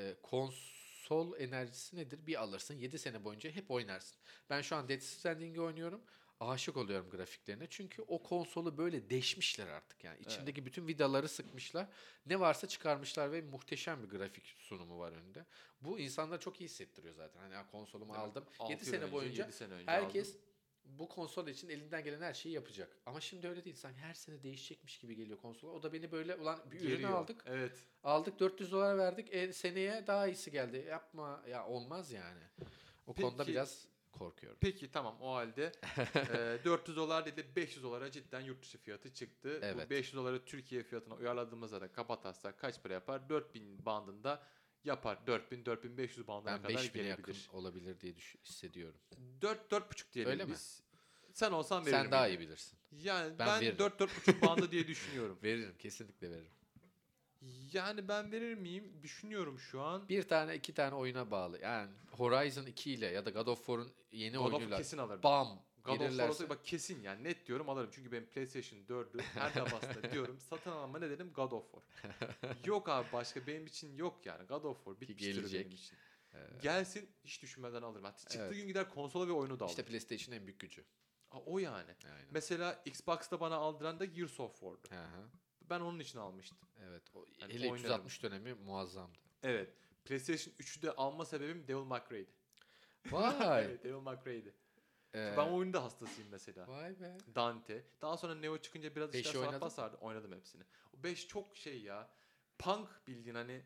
konsol enerjisi nedir? Bir alırsın 7 sene boyunca hep oynarsın. Ben şu an Death Stranding'i oynuyorum. Aşık oluyorum grafiklerine. Çünkü o konsolu böyle deşmişler artık yani. Evet. İçindeki bütün vidaları sıkmışlar. Ne varsa çıkarmışlar ve muhteşem bir grafik sunumu var önünde. Bu insanlara çok iyi hissettiriyor zaten. Hani ya konsolumu Evet, aldım. 6 7 yıl sene önce, boyunca 7 sene önce herkes aldım. bu konsol için elinden gelen her şeyi yapacak. Ama şimdi öyle değil. Sanki her sene değişecekmiş gibi geliyor konsola. O da beni böyle ulan bir ürünü Geriyor. aldık. Evet. Aldık $400 verdik. Seneye daha iyisi geldi. Yapma ya olmaz yani. O konuda Peki, biraz korkuyorum. peki tamam o halde $400 değil de $500'a cidden yurt dışı fiyatı çıktı. Evet. Bu $500'ları Türkiye fiyatına uyarladığımızda da kapatarsak kaç para yapar? 4000 bandında yapar. 4000-4500 bandına Ben kadar 5000'e yakın gelebilir. olabilir diye hissediyorum. 4-4,5 diyelim Öyle mi? biz. Sen olsan verir Sen daha miydin? iyi bilirsin. Yani Ben ben veririm. 4-4,5 bandı diye düşünüyorum. Veririm. Kesinlikle veririm. Yani ben verir miyim? Düşünüyorum şu an. Bir tane iki tane oyuna bağlı. Yani Horizon 2 ile ya da God of War'un yeni God of oyunuyla kesin alırdım. bam God of War gelirlerse olsa bak kesin yani net diyorum alırım. Çünkü ben PlayStation 4'ü her defasında diyorum satın alma ne dedim God of War. Yok abi başka benim için yok yani. God of War ki bitmiştir gelecek. benim için. Gelsin hiç düşünmeden alırım. Hatta çıktığı Evet. gün gider konsola ve oyunu da alır. İşte PlayStation'ın en büyük gücü. O yani. Aynen. Mesela Xbox'ta bana aldıran da Gears of War'du. Hı hı. Ben onun için almıştım. Evet. Yani Hele oynarım. 360 dönemi muazzamdı. Evet. PlayStation 3'ü de alma sebebim Devil May Cry'di. Vay. Evet, Devil May Cry'di. Ee, Ben o oyunun da hastasıyım mesela. Vay be. Dante. Daha sonra Neo çıkınca biraz Beşi işler oynadın sarpa mı? sardı. Oynadım hepsini. O 5 çok şey ya. Punk bildiğin hani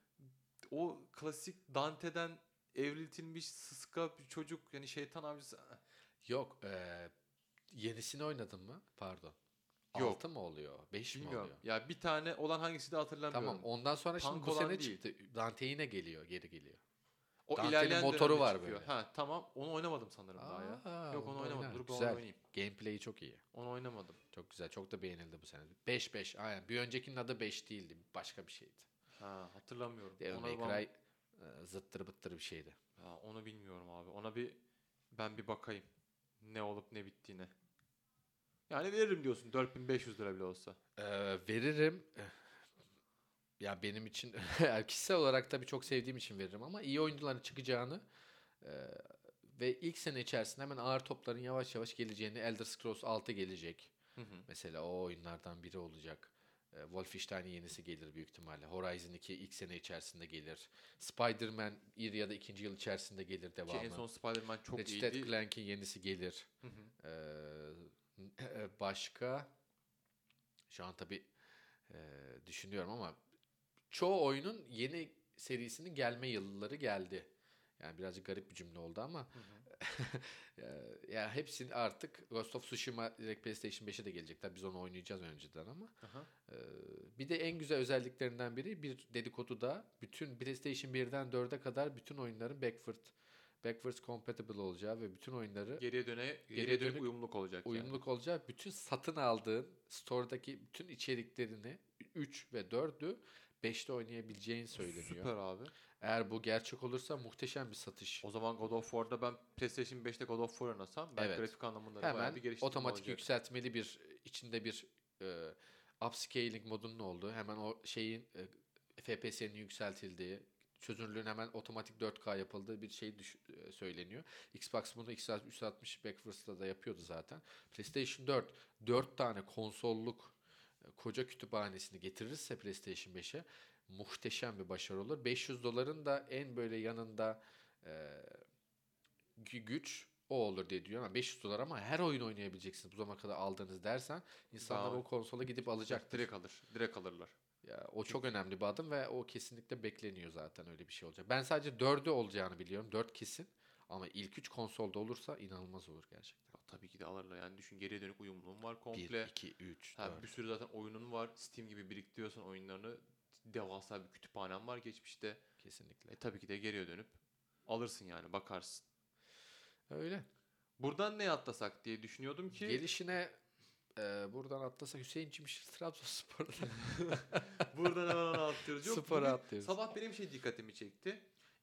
o klasik Dante'den evriltilmiş sıska bir çocuk yani şeytan avcısı. Yok. Yenisini oynadın mı? Pardon. Yok. 6 mı oluyor? 5 mi Bilmiyorum. oluyor? Ya bir tane olan hangisi de hatırlamıyorum. Tamam. Ondan sonra şimdi Punk bu olan sene değil. çıktı. Dante yine geliyor. Geri geliyor. O Dante'nin ilerleyen motoru dönemde var çıkıyor. böyle. Ha tamam. Onu oynamadım sanırım daha ya. Yok onu oynamadım. oynar. Dur ben onu Güzel. oynayayım. Gameplay'i çok iyi. Onu oynamadım. Çok güzel. Çok da beğenildi bu sene. 5-5. Aynen. Bir öncekinin adı 5 değildi. Başka bir şeydi. Ha hatırlamıyorum. Devil Ona May ben, Cry zıttır bıttır bir şeydi. ha, onu bilmiyorum abi. Ona ben bir bakayım. Ne olup ne bittiğine. Yani veririm diyorsun 4500 lira bile olsa. Veririm. Ya benim için yani kişisel olarak tabii çok sevdiğim için veririm ama iyi oyuncuların çıkacağını e, ve ilk sene içerisinde hemen ağır topların yavaş yavaş geleceğini Elder Scrolls 6 gelecek. Hı hı. Mesela o oyunlardan biri olacak. Wolfenstein'in yenisi gelir büyük ihtimalle. Horizon 2 ilk sene içerisinde gelir. Spider-Man 1 ya da 2. yıl içerisinde gelir Ki devamı. en son Spider-Man çok Ratchet iyiydi. Clank'in yenisi gelir. Hı hı. Başka şu an tabii düşünüyorum ama çoğu oyunun yeni serisinin gelme yılları geldi. Yani birazcık garip bir cümle oldu ama Hı hı. ya hepsini artık Ghost of Tsushima direkt PlayStation 5'e de gelecek. Tabii biz onu oynayacağız önceden ama Aha. e, bir de en güzel özelliklerinden biri bir dedikoduda bütün PlayStation 1'den 4'e kadar bütün oyunların backwards compatible olacağı ve bütün oyunları Geriye dönük dönük uyumluluk olacak yani. uyumluluk olacağı bütün satın aldığın store'daki bütün içeriklerini 3 ve 4'ü 5'te oynayabileceğin söyleniyor. Süper abi. Eğer bu gerçek olursa muhteşem bir satış. O zaman God of War'da ben PlayStation 5'te God of War oynasam ben Evet. grafik anlamında da bayağı Hemen bir geliştirme otomatik olacak. yükseltmeli bir içinde bir upscaling modunun olduğu, hemen o şeyin FPS'nin yükseltildiği, çözünürlüğün hemen otomatik 4K yapıldığı bir şey söyleniyor. Xbox bunu Xbox 360 Backwards'ta da yapıyordu zaten. PlayStation 4 tane konsolluk koca kütüphanesini getirirse PlayStation 5'e muhteşem bir başarı olur. $500'ın da en böyle yanında e, güç o olur diye diyorum. Ama $500 ama her oyun oynayabileceksiniz bu zamana kadar aldığınız dersen insanlar Daha- o konsola gidip alacaktır. Direkt alır. Direkt alırlar. Ya, o çok önemli bir adım ve o kesinlikle bekleniyor zaten öyle bir şey olacak. Ben sadece 4'ü olacağını biliyorum. 4 kesin. Ama ilk 3 konsolda olursa inanılmaz olur gerçekten. Ya, tabii ki de alırlar yani düşün geriye dönük uyumluluğun var 1, komple. 2, 3, Ha, 4. bir sürü zaten oyunun var. Steam gibi biriktiriyorsan oyunlarını devasa bir kütüphanen var geçmişte. Kesinlikle. Tabii ki de geriye dönüp alırsın yani bakarsın. Öyle. Buradan ne atlasak diye düşünüyordum ki Gelişine buradan atlasak Hüseyin Çimişir Trabzonspor'da. buradan hemen onu atlıyoruz. Yok, Spora bugün atlıyoruz. sabah benim şey dikkatimi çekti.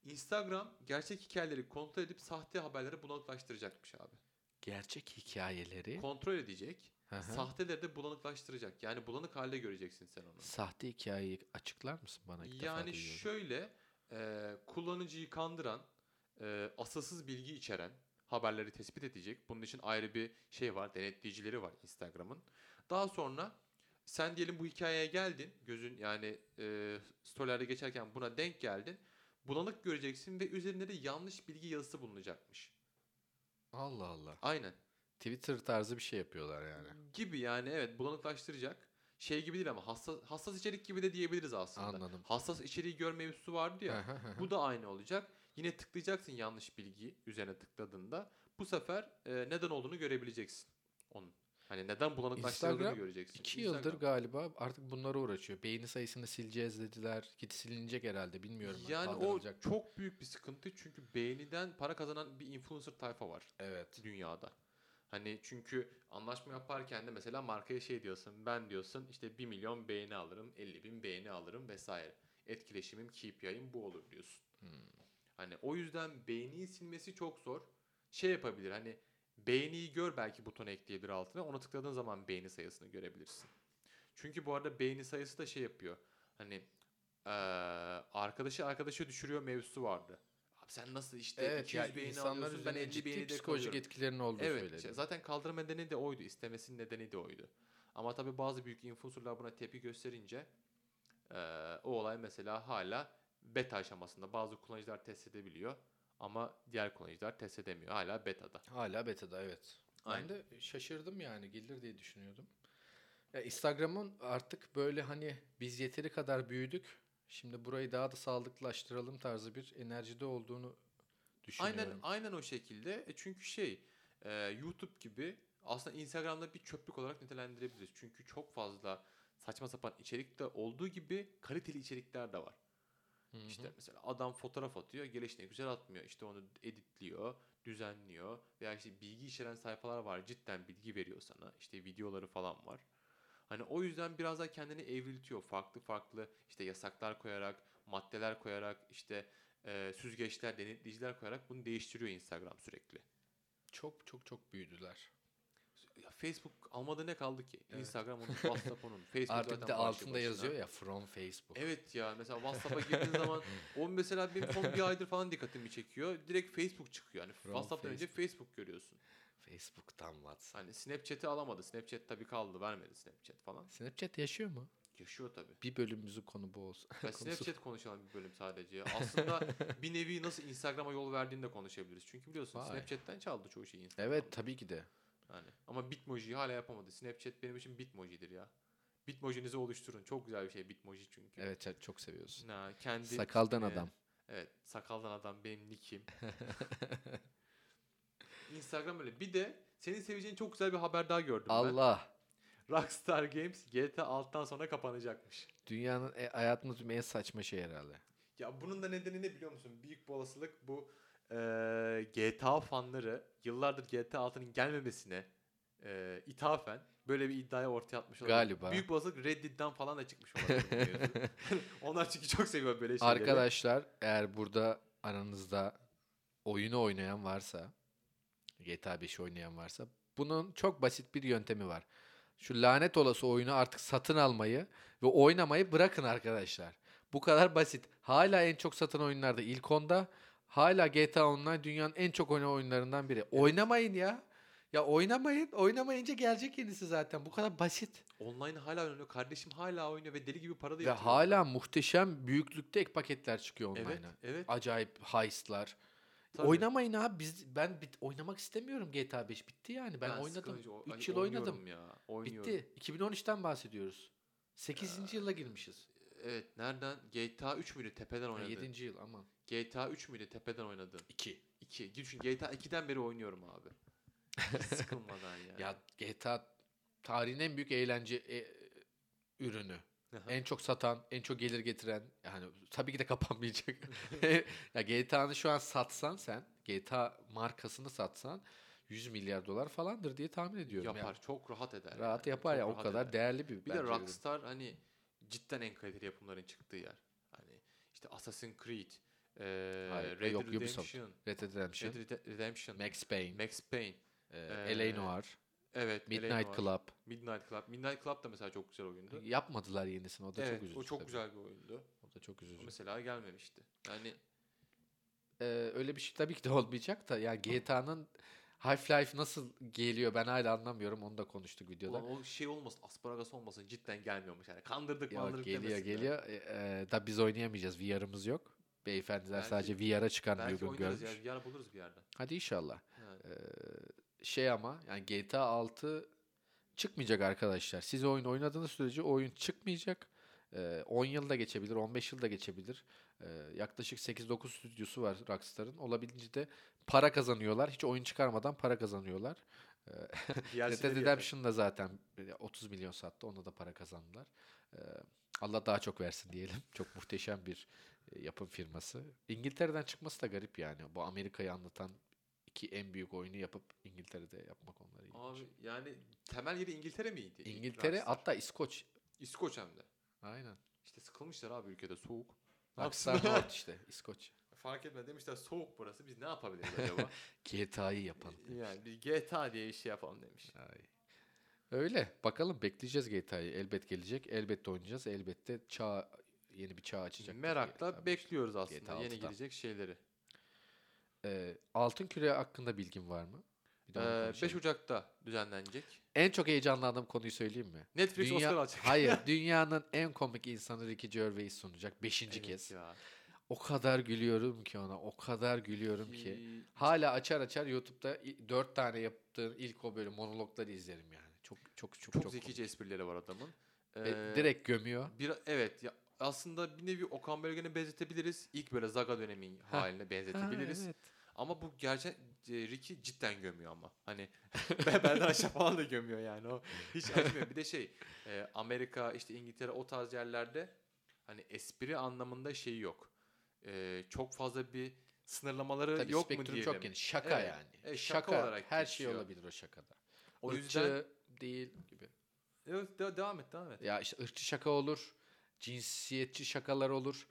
Instagram gerçek hikayeleri kontrol edip sahte haberleri bulanıklaştıracakmış abi. Gerçek hikayeleri. Kontrol edecek, Hı hı. sahteleri de bulanıklaştıracak. Yani bulanık halde göreceksin sen onu. Sahte hikayeyi açıklar mısın bana? İlk defa Yani duyuyorum. şöyle kullanıcıyı kandıran, asılsız bilgi içeren haberleri tespit edecek. Bunun için ayrı bir şey var, denetleyicileri var Instagram'ın. Daha sonra sen diyelim bu hikayeye geldin, gözün yani storylerde geçerken buna denk geldin. Bulanık göreceksin ve üzerinde de yanlış bilgi yazısı bulunacakmış. Allah Allah. Aynen. Twitter tarzı bir şey yapıyorlar yani. Gibi yani evet bulanıklaştıracak. Şey gibi değil ama hassas içerik gibi de diyebiliriz aslında. Anladım. Hassas içeriği görme mevzusu vardı ya. Bu da aynı olacak. Yine tıklayacaksın yanlış bilgi üzerine tıkladığında. Bu sefer neden olduğunu görebileceksin onun. Hani neden bulanıklaştırıldığını Instagram göreceksin. 2 yıldır galiba artık bunlara uğraşıyor. Beğeni sayısını sileceğiz dediler. Git silinecek herhalde bilmiyorum ben. Yani o Kaldırılacak mı? çok büyük bir sıkıntı çünkü beğeniden para kazanan bir influencer tayfa var Evet. dünyada. Hani çünkü anlaşma yaparken de mesela markaya şey diyorsun, ben diyorsun işte 1 milyon beğeni alırım, 50 bin beğeni alırım vesaire. Etkileşimim, KPI'm bu olur diyorsun. Hani o yüzden beğeniyi silmesi çok zor. Şey yapabilir hani beğeniyi gör belki butonu ekleyebilir altına. Ona tıkladığın zaman beğeni sayısını görebilirsin. Çünkü bu arada beğeni sayısı da şey yapıyor. Hani eee, arkadaşı düşürüyor mevzusu vardı. Abi sen nasıl işte Evet ya 200 beğeni insanlar alıyorsun ben üzerine 50 ciddi beğenide psikolojik kalıyorum. etkilerinin olduğu Evet söyleniyor. zaten kaldırma nedeni de oydu. İstemesinin nedeni de oydu. Ama tabii bazı büyük influencerlar buna tepki gösterince o olay mesela hala beta aşamasında. Bazı kullanıcılar test edebiliyor ama diğer kullanıcılar test edemiyor. Hala beta'da. Hala beta'da evet. Ben Aynen. de şaşırdım yani gelir diye düşünüyordum. Ya Instagram'ın artık böyle hani biz yeteri kadar büyüdük. Şimdi burayı daha da sağlıklılaştıralım tarzı bir enerjide olduğunu Aynen düşünüyorum. aynen o şekilde. Çünkü YouTube gibi aslında Instagram'da bir çöplük olarak nitelendirebiliriz. Çünkü çok fazla saçma sapan içerik de olduğu gibi kaliteli içerikler de var. Hı hı. İşte mesela adam fotoğraf atıyor, gelişine güzel atmıyor. İşte onu editliyor, düzenliyor veya işte bilgi içeren sayfalar var. Cidden bilgi veriyor sana. İşte videoları falan var. Hani o yüzden biraz daha kendini evriltiyor. Farklı farklı işte yasaklar koyarak, maddeler koyarak, işte süzgeçler, denetleyiciler koyarak bunu değiştiriyor Instagram sürekli. Çok çok çok büyüdüler. Ya Facebook almadı ne kaldı ki? Evet. Instagram onun, WhatsApp onun, Facebook Artık bir de zaten başlı altında yazıyor başına. ya from Facebook. Evet ya mesela WhatsApp'a girdiğin zaman o mesela benim son bir aydır falan dikkatimi çekiyor. Direkt Facebook çıkıyor. Yani From WhatsApp'tan önce Facebook. Facebook görüyorsun. Facebook'tan WhatsApp. Hani Snapchat'i alamadı. Snapchat tabii kaldı. Vermedi Snapchat falan. Snapchat yaşıyor mu? Yaşıyor tabii. Bir bölümümüzün konu bu olsun. Ya Konusu. Snapchat konuşalım bir bölüm sadece ya. Aslında bir nevi nasıl Instagram'a yol verdiğini de konuşabiliriz. Çünkü biliyorsun Vay. Snapchat'ten çaldı çoğu şeyi Evet Instagram'da. tabii ki de. Yani. Ama Bitmoji'yi hala yapamadı. Snapchat benim için Bitmoji'dir ya. Bitmojinizi oluşturun. Çok güzel bir şey Bitmoji çünkü. Evet evet, çok seviyorsun. Kendi Sakaldan tipine- adam. Evet, sakaldan adam benim nickim. Instagram öyle. Bir de senin seveceğin çok güzel bir haber daha gördüm ben. Allah. Rockstar Games GTA 6'dan sonra kapanacakmış. Dünyanın hayatımızın en saçma şey herhalde. Ya bunun da nedeni ne biliyor musun? Büyük bir olasılık bu GTA fanları yıllardır GTA 6'nın gelmemesine ithafen böyle bir iddiayı ortaya atmış olabilir. Galiba. Büyük bir olasılık Reddit'ten falan da çıkmış olabilir bu mevzu. Onlar çünkü çok seviyor böyle şeyleri. Arkadaşlar eğer burada aranızda oyunu oynayan varsa, GTA 5 oynayan varsa bunun çok basit bir yöntemi var. Şu lanet olası oyunu artık satın almayı ve oynamayı bırakın arkadaşlar. Bu kadar basit. Hala en çok satan oyunlarda ilk onda. Hala GTA Online dünyanın en çok oynanan oyunlarından biri. Oynamayın ya. Ya oynamayın. Oynamayınca gelecek yenisi zaten. Bu kadar basit. Online hala oynuyor. Kardeşim hala oynuyor ve deli gibi para da Ve yatırıyor hala buna. muhteşem büyüklükte ek paketler çıkıyor Evet, online'a. evet. Acayip heist'lar. Tabii. Oynamayın abi. Oynamak istemiyorum GTA 5. Bitti yani. Ben oynadım. sıkılınca 3 yıl oynadım. oynuyorum ya. Oynuyorum. Bitti. 2013'ten bahsediyoruz. 8. yıla girmişiz. Evet, nereden? GTA 3 müydü tepeden oynadın? 7. yıl aman. GTA 3 müydü tepeden oynadın? 2. 2. Düşün GTA 2'den beri oynuyorum abi. Hiç sıkılmadan yani. Ya GTA tarihin en büyük eğlence ürünü. Aha. En çok satan, en çok gelir getiren, yani tabii ki de kapanmayacak. Ya GTA'nı şu an satsan sen, GTA markasını satsan 100 milyar dolar falandır diye tahmin ediyorum. Yapar. Ya. Çok rahat eder Rahat yani. yapar Çok ya, o rahat kadar eder. değerli bir Bir de bence ürün. Rockstar hani cidden en kaliteli yapımların çıktığı yer. Hani işte Assassin's Creed, Hayır. Red Yok, Dead Ubisoft. Redemption. Red Dead Redemption. Red Dead Redemption. Max Payne. Max Payne. L.A. Noire. Evet, L.A. Midnight Noire. Club. Midnight Club. Midnight Club da mesela çok güzel oyundu. Yapmadılar yenisini. O da çok Evet, üzücü o çok tabii. güzel bir oyundu. O da çok O üzücü. mesela gelmemişti. Yani Öyle bir şey tabii ki de olmayacak da yani GTA'nın Half-Life nasıl geliyor ben hala anlamıyorum. Onu da konuştuk videoda. ulan o şey olmasın, asparagas olmasın, cidden gelmiyormuş yani. Kandırdık Yok, mandırdık geliyor demesinler. geliyor. Da biz oynayamayacağız. VR'ımız yok. Beyefendiler Belki- sadece VR'a çıkan bir Belki ürün oynarız görmüş. ya, bir ara buluruz bir yerden. Hadi inşallah. Yani. Şey ama yani GTA 6 çıkmayacak arkadaşlar. Siz oyun oynadığınız sürece o oyun çıkmayacak. 10 yıl da geçebilir, 15 yıl da geçebilir. Yaklaşık 8-9 stüdyosu var Rockstar'ın. Olabildiğince de para kazanıyorlar. Hiç oyun çıkarmadan para kazanıyorlar. Red Dead DLC'leri yapar. Redemption da zaten 30 milyon sattı. Onda da para kazandılar. Ee, Allah daha çok versin diyelim. Çok muhteşem bir yapım firması. İngiltere'den çıkması da garip yani. Bu Amerika'yı anlatan iki en büyük oyunu yapıp İngiltere'de yapmak onları ilginç. Abi yani temel yeri İngiltere miydi? İngiltere Rockstar. hatta İskoç. İskoç hem de. Aynen. İşte sıkılmışlar abi, ülkede soğuk. Ne Rockstar yapsınlar? North işte İskoç. Fark etme demişler, soğuk burası, biz ne yapabiliriz acaba? GTA'yı yapalım. Yani bir GTA diye bir şey yapalım demiş. Ay. Öyle. Bakalım bekleyeceğiz GTA'yı. Elbet gelecek. Elbette oynayacağız. Elbette yeni bir çağ açacak. Merakla bekliyoruz aslında GTA yeni 6'da. gelecek şeyleri. Altın Küre hakkında bilgin var mı? Bir de onu 5 konuşalım. Ocak'ta düzenlenecek. En çok heyecanlandığım konuyu söyleyeyim mi? Netflix Oscar alacak. Hayır, dünyanın en komik insanı Ricky Gervais sunacak 5. Evet kez. ya. O kadar gülüyorum ki ona, o kadar gülüyorum ki. Ki- Hala açar YouTube'da 4 tane yaptığın ilk o böyle monologları izlerim yani. Çok Çok zekice esprileri var adamın. direkt gömüyor. Evet ya, aslında bir nevi Okan Bölgen'e benzetebiliriz. İlk böyle Zaga dönemi haline benzetebiliriz. Evet. Ama bu gerçek Ricky cidden gömüyor ama. Hani benden aşağı falan da gömüyor yani. O hiç acımıyor. Bir de Amerika, işte İngiltere, o tarz yerlerde hani espri anlamında şeyi yok. Çok fazla bir sınırlamaları Tabii yok mu spektrum diyelim. çok geniş. Şaka Evet. yani. Şaka Şaka, olarak her şey geçiyor. olabilir o şakada. O Irkçı yüzden değil gibi. evet, devam et. Ya işte ırkçı şaka olur, cinsiyetçi şakalar olur.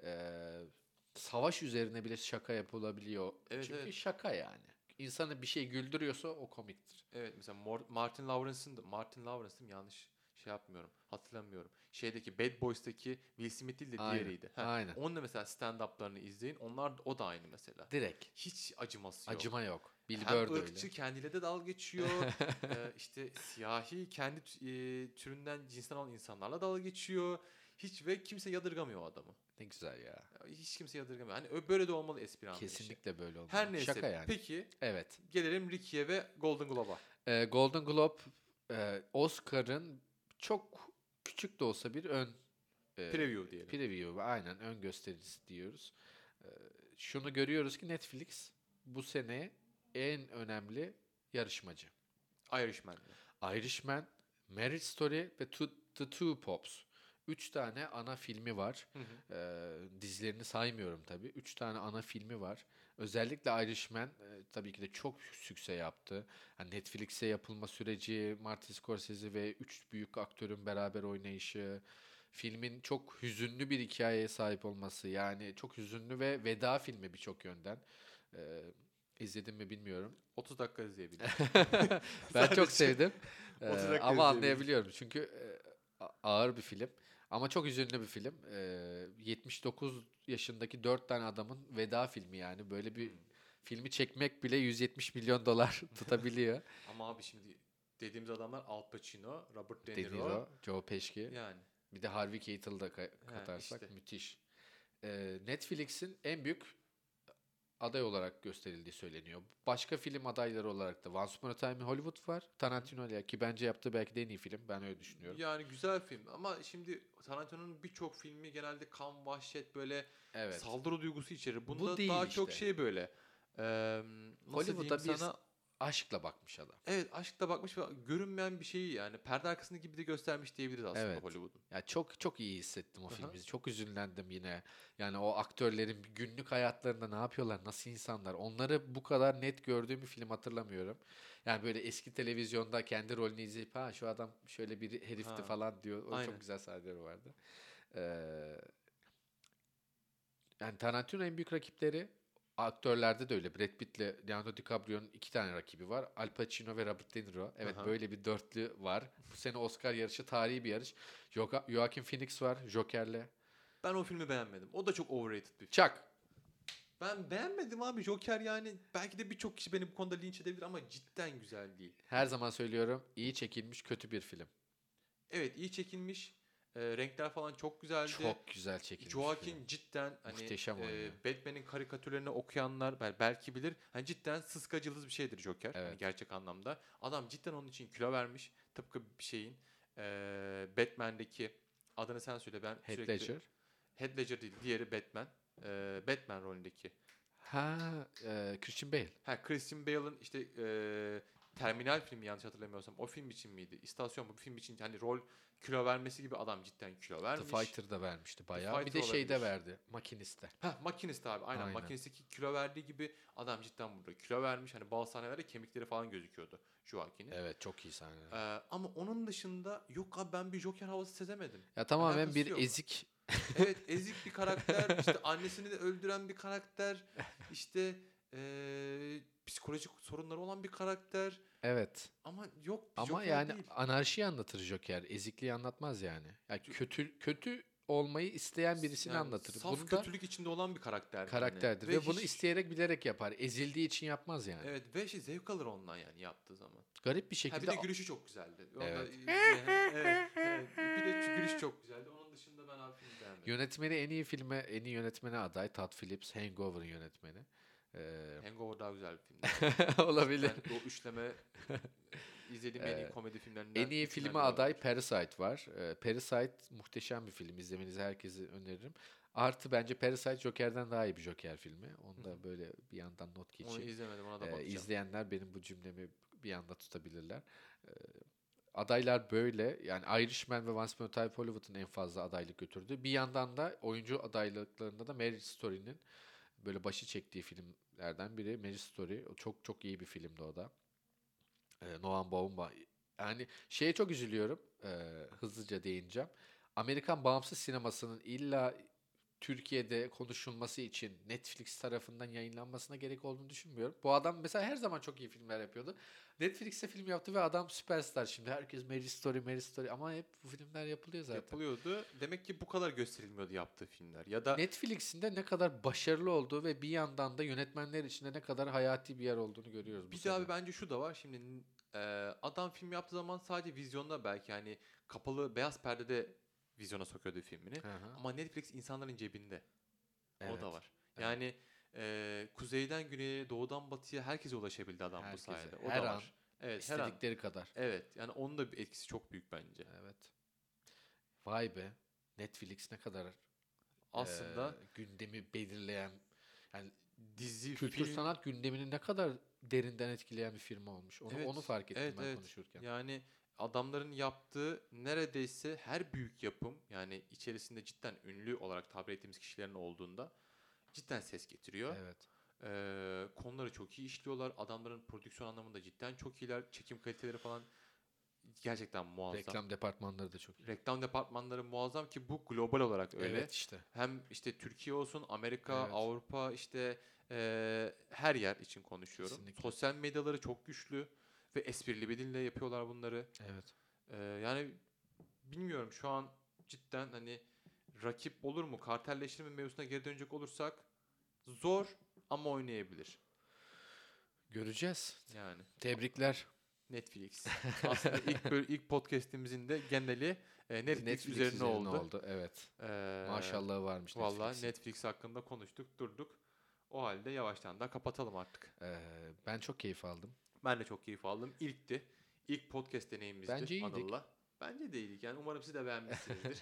Savaş üzerine bile şaka yapılabiliyor. Evet, Çünkü evet. şaka yani. İnsanı bir şey güldürüyorsa o komiktir. Evet, mesela Martin Lawrence'ın değil mi? Yanlış şey yapmıyorum. Hatırlamıyorum. Şeydeki Bad Boys'taki Will Smith değil de Aynen, diğeriydi. aynen. Onun da mesela stand-up'larını izleyin. O da aynı mesela. Direkt. Hiç acıması yok. Acıma yok. Bill Hem Burr da öyle. ırkçı kendiyle de dalga geçiyor. İşte siyahi kendi türünden, cinsinden olan insanlarla dalga geçiyor. Ve kimse yadırgamıyor o adamı. Ne güzel ya. Hiç kimse yadırgamıyor. Hani böyle de olmalı espri anlayışı. Kesinlikle böyle olmalı. Her neyse. Şaka yani. Peki Evet. gelelim Ricky'ye ve Golden Globe'a. Golden Globe Oscar'ın çok küçük de olsa bir ön Preview diyelim. preview, aynen ön gösterisi diyoruz. Şunu görüyoruz ki Netflix bu sene en önemli yarışmacı. Irishman. Irishman, Marriage Story ve The Two Popes. 3 tane ana filmi var. Hı hı. Dizilerini saymıyorum tabii. 3 tane ana filmi var. Özellikle Irishman tabii ki de çok sükse yaptı. Yani Netflix'e yapılma süreci, Martin Scorsese ve 3 büyük aktörün beraber oynayışı, filmin çok hüzünlü bir hikayeye sahip olması. Yani çok hüzünlü ve veda filmi birçok yönden. İzledim mi bilmiyorum. 30 dakika izleyebilirim. Ben çok Sadece sevdim. 30 dakika Ama izleyebilirim. anlayabiliyorum çünkü ağır bir film. Ama çok hüzünlü bir film. 79 yaşındaki 4 tane adamın veda filmi yani. Böyle bir filmi çekmek bile 170 milyon dolar tutabiliyor. Ama abi şimdi dediğimiz adamlar Al Pacino, Robert De De Niro. Niro, Joe Pesci. Yani. Bir de Harvey Keitel'ı da katarsak işte. müthiş. Netflix'in en büyük aday olarak gösterildiği söyleniyor. Başka film adayları olarak da Once Upon a Time in Hollywood var. Tarantino ile ki bence yaptığı belki de en iyi film. Ben öyle düşünüyorum. Yani güzel film ama şimdi Tarantino'nun birçok filmi genelde kan, vahşet, böyle Evet. saldırı duygusu içerir. Bu Bunda değil daha işte. çok şey böyle. Nasıl Hollywood'a diyeyim bir sana? aşkla bakmış adam. Evet, aşkla bakmış ve görünmeyen bir şeyi yani perde arkasında gibi de göstermiş diyebiliriz aslında Evet. Hollywood'un. Ya çok iyi hissettim o Aha. filmi. Çok üzünlendim yine. Yani o aktörlerin günlük hayatlarında ne yapıyorlar, nasıl insanlar? Onları bu kadar net gördüğüm bir film hatırlamıyorum. Yani böyle eski televizyonda kendi rolünü izleyip ha şu adam şöyle bir herifti Ha. falan diyor. O Aynen. çok güzel sahneleri vardı. Ee, Yani Tarantino en büyük rakipleri aktörlerde de öyle. Brad Pitt'le Leonardo DiCaprio'nun 2 tane rakibi var. Al Pacino ve Robert De Niro. Evet, Aha. böyle bir dörtlü var. Bu sene Oscar yarışı tarihi bir yarış. Joaquin Phoenix var Joker'le. Ben o filmi beğenmedim. O da çok overrated bir film. Çak. Ben beğenmedim abi. Joker yani belki de birçok kişi beni bu konuda linç edebilir ama cidden güzel değil. Her zaman söylüyorum, iyi çekilmiş kötü bir film. Evet, iyi çekilmiş. Renkler falan çok güzeldi. Çok güzel çekilmiş film. Joaquin cidden hani Muhteşem oynuyor. Batman'in karikatürlerini okuyanlar belki bilir. Hani cidden sıskacılız bir şeydir Joker. Hani Evet. gerçek anlamda. Adam cidden onun için kilo vermiş. Tıpkı bir şeyin Batman'deki adını sen söyle, ben Heath sürekli Ledger. Heath Ledger değil, diğeri Batman. Batman rolündeki. Ha, Christian Bale. Christian Bale'ın işte Terminal filmi, yanlış hatırlamıyorsam o film için miydi? İstasyon, bu film için hani rol kilo vermesi gibi adam cidden kilo The vermiş. Fighter'da vermişti bayağı. Bir Fighter de şeyde olabilir. verdi. Makinist'te. Makinist abi, aynen. Aynen. Makinist'teki kilo verdiği gibi adam cidden burada kilo vermiş. Hani bazı sahnelerde kemikleri falan gözüküyordu Joaquin'in. Evet, çok iyi sahne. Ama onun dışında yok abi, ben bir Joker havası sezemedim. Ya tamamen Alakası bir yok. ezik. Evet, ezik bir karakter, işte annesini de öldüren bir karakter, işte psikolojik sorunları olan bir karakter. Evet. Ama yok, bir Ama Joker yani değil. anarşiyi anlatır Joker. Ezikliği anlatmaz yani. Yani kötü olmayı isteyen birisini Yani anlatır. saf Bunu da kötülük içinde olan bir karakter. karakterdir. Yani. Ve bunu isteyerek bilerek yapar. Ezildiği için yapmaz yani. Evet, ve zevk alır ondan yani yaptığı zaman. Garip bir Bir şekilde de gülüşü çok güzeldi. Evet. Evet. Bir de gülüş çok güzeldi. Onun dışında ben abi filmi beğenmedim. yönetmeni en iyi yönetmene aday Todd Phillips, Hangover'ın yönetmeni. Hangover daha güzel bir filmdi. Olabilir. Ben o üçleme izlediğim en iyi komedi filmlerinden. En iyi üçünden filme biri aday olabilir. Parasite var. Parasite muhteşem bir film. İzlemenizi herkese öneririm. Artı bence Parasite Joker'den daha iyi bir Joker filmi. Onu da böyle bir yandan not Onu geçeyim. izlemedim, ona da bakacağım. İzleyenler benim bu cümlemi bir yanda tutabilirler. Adaylar böyle. Yani Irishman ve Once Upon a Time in Hollywood'un en fazla adaylık götürdü. Bir yandan da oyuncu adaylıklarında da Marriage Story'nin böyle başı çektiği filmlerden biri Marriage Story. O çok çok iyi bir filmdi o da. Noah Baumbach. Yani şeye çok üzülüyorum. Hızlıca değineceğim. Amerikan bağımsız sinemasının illa Türkiye'de konuşulması için Netflix tarafından yayınlanmasına gerek olduğunu düşünmüyorum. Bu adam mesela her zaman çok iyi filmler yapıyordu. Netflix'te film yaptı ve adam süperstar şimdi. Herkes Marriage Story ama hep bu filmler yapılıyor zaten. Yapılıyordu. Demek ki bu kadar gösterilmiyordu yaptığı filmler. Ya da Netflix'in de ne kadar başarılı olduğu ve bir yandan da yönetmenler içinde ne kadar hayati bir yer olduğunu görüyoruz bu bir de sene. abi bence şu da var. Şimdi adam film yaptığı zaman sadece vizyonda, belki hani kapalı beyaz perdede vizyona sokuyordu filmini. Hı hı. Ama Netflix insanların cebinde. O Evet. da var. Evet. Yani kuzeyden güneye, doğudan batıya herkese ulaşabildi adam bu Herkese, sayede. O her da an, var. Evet, her an. istedikleri kadar. Evet. Yani onun da bir etkisi çok büyük bence. Evet. Vay be. Netflix ne kadar Aslında gündemi belirleyen, yani dizi, kültür film, sanat gündemini ne kadar derinden etkileyen bir firma olmuş. Onu fark ettim evet, ben evet. konuşurken. Yani adamların yaptığı neredeyse her büyük yapım, yani içerisinde cidden ünlü olarak tabir ettiğimiz kişilerin olduğunda cidden ses getiriyor. Evet. Konuları çok iyi işliyorlar. Adamların prodüksiyon anlamında cidden çok iyiler. Çekim kaliteleri falan gerçekten muazzam. Reklam departmanları da çok iyi. Reklam departmanları muazzam ki bu global olarak öyle. Evet işte. Hem işte Türkiye olsun, Amerika, Evet. Avrupa, işte her yer için konuşuyorum. Kesinlikle. Sosyal medyaları çok güçlü ve esprili bir dille yapıyorlar bunları. Evet. Yani bilmiyorum, şu an cidden hani rakip olur mu? Kartelleştirme mevzusuna geri dönecek olursak zor ama oynayabilir. Göreceğiz. Yani Tebrikler. Netflix. Aslında ilk podcast'imizin de geneli Netflix üzerine oldu. Evet. Ee, Maşallahı varmış Vallahi Netflix'in. Netflix hakkında konuştuk, durduk. O halde yavaştan da kapatalım artık. Ben çok keyif aldım. Ben de çok keyif aldım. İlkti. İlk podcast deneyimimizdi Bence iyiydik. Anıl'la. Bence de iyiydik. Yani umarım siz de beğenmişsinizdir.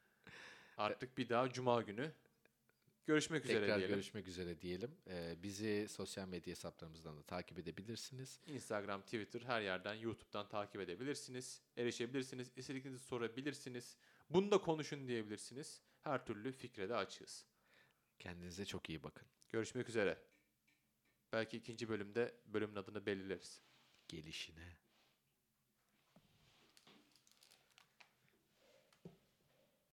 Artık bir daha Cuma günü görüşmek üzere Tekrar diyelim. görüşmek üzere diyelim. Bizi sosyal medya hesaplarımızdan da takip edebilirsiniz. Instagram, Twitter, her yerden, YouTube'dan takip edebilirsiniz. Erişebilirsiniz. İstediklerinizi sorabilirsiniz. Bunu da konuşun diyebilirsiniz. Her türlü fikre de açığız. Kendinize çok iyi bakın. Görüşmek üzere. Belki ikinci bölümde bölümün adını belirleriz. Gelişine.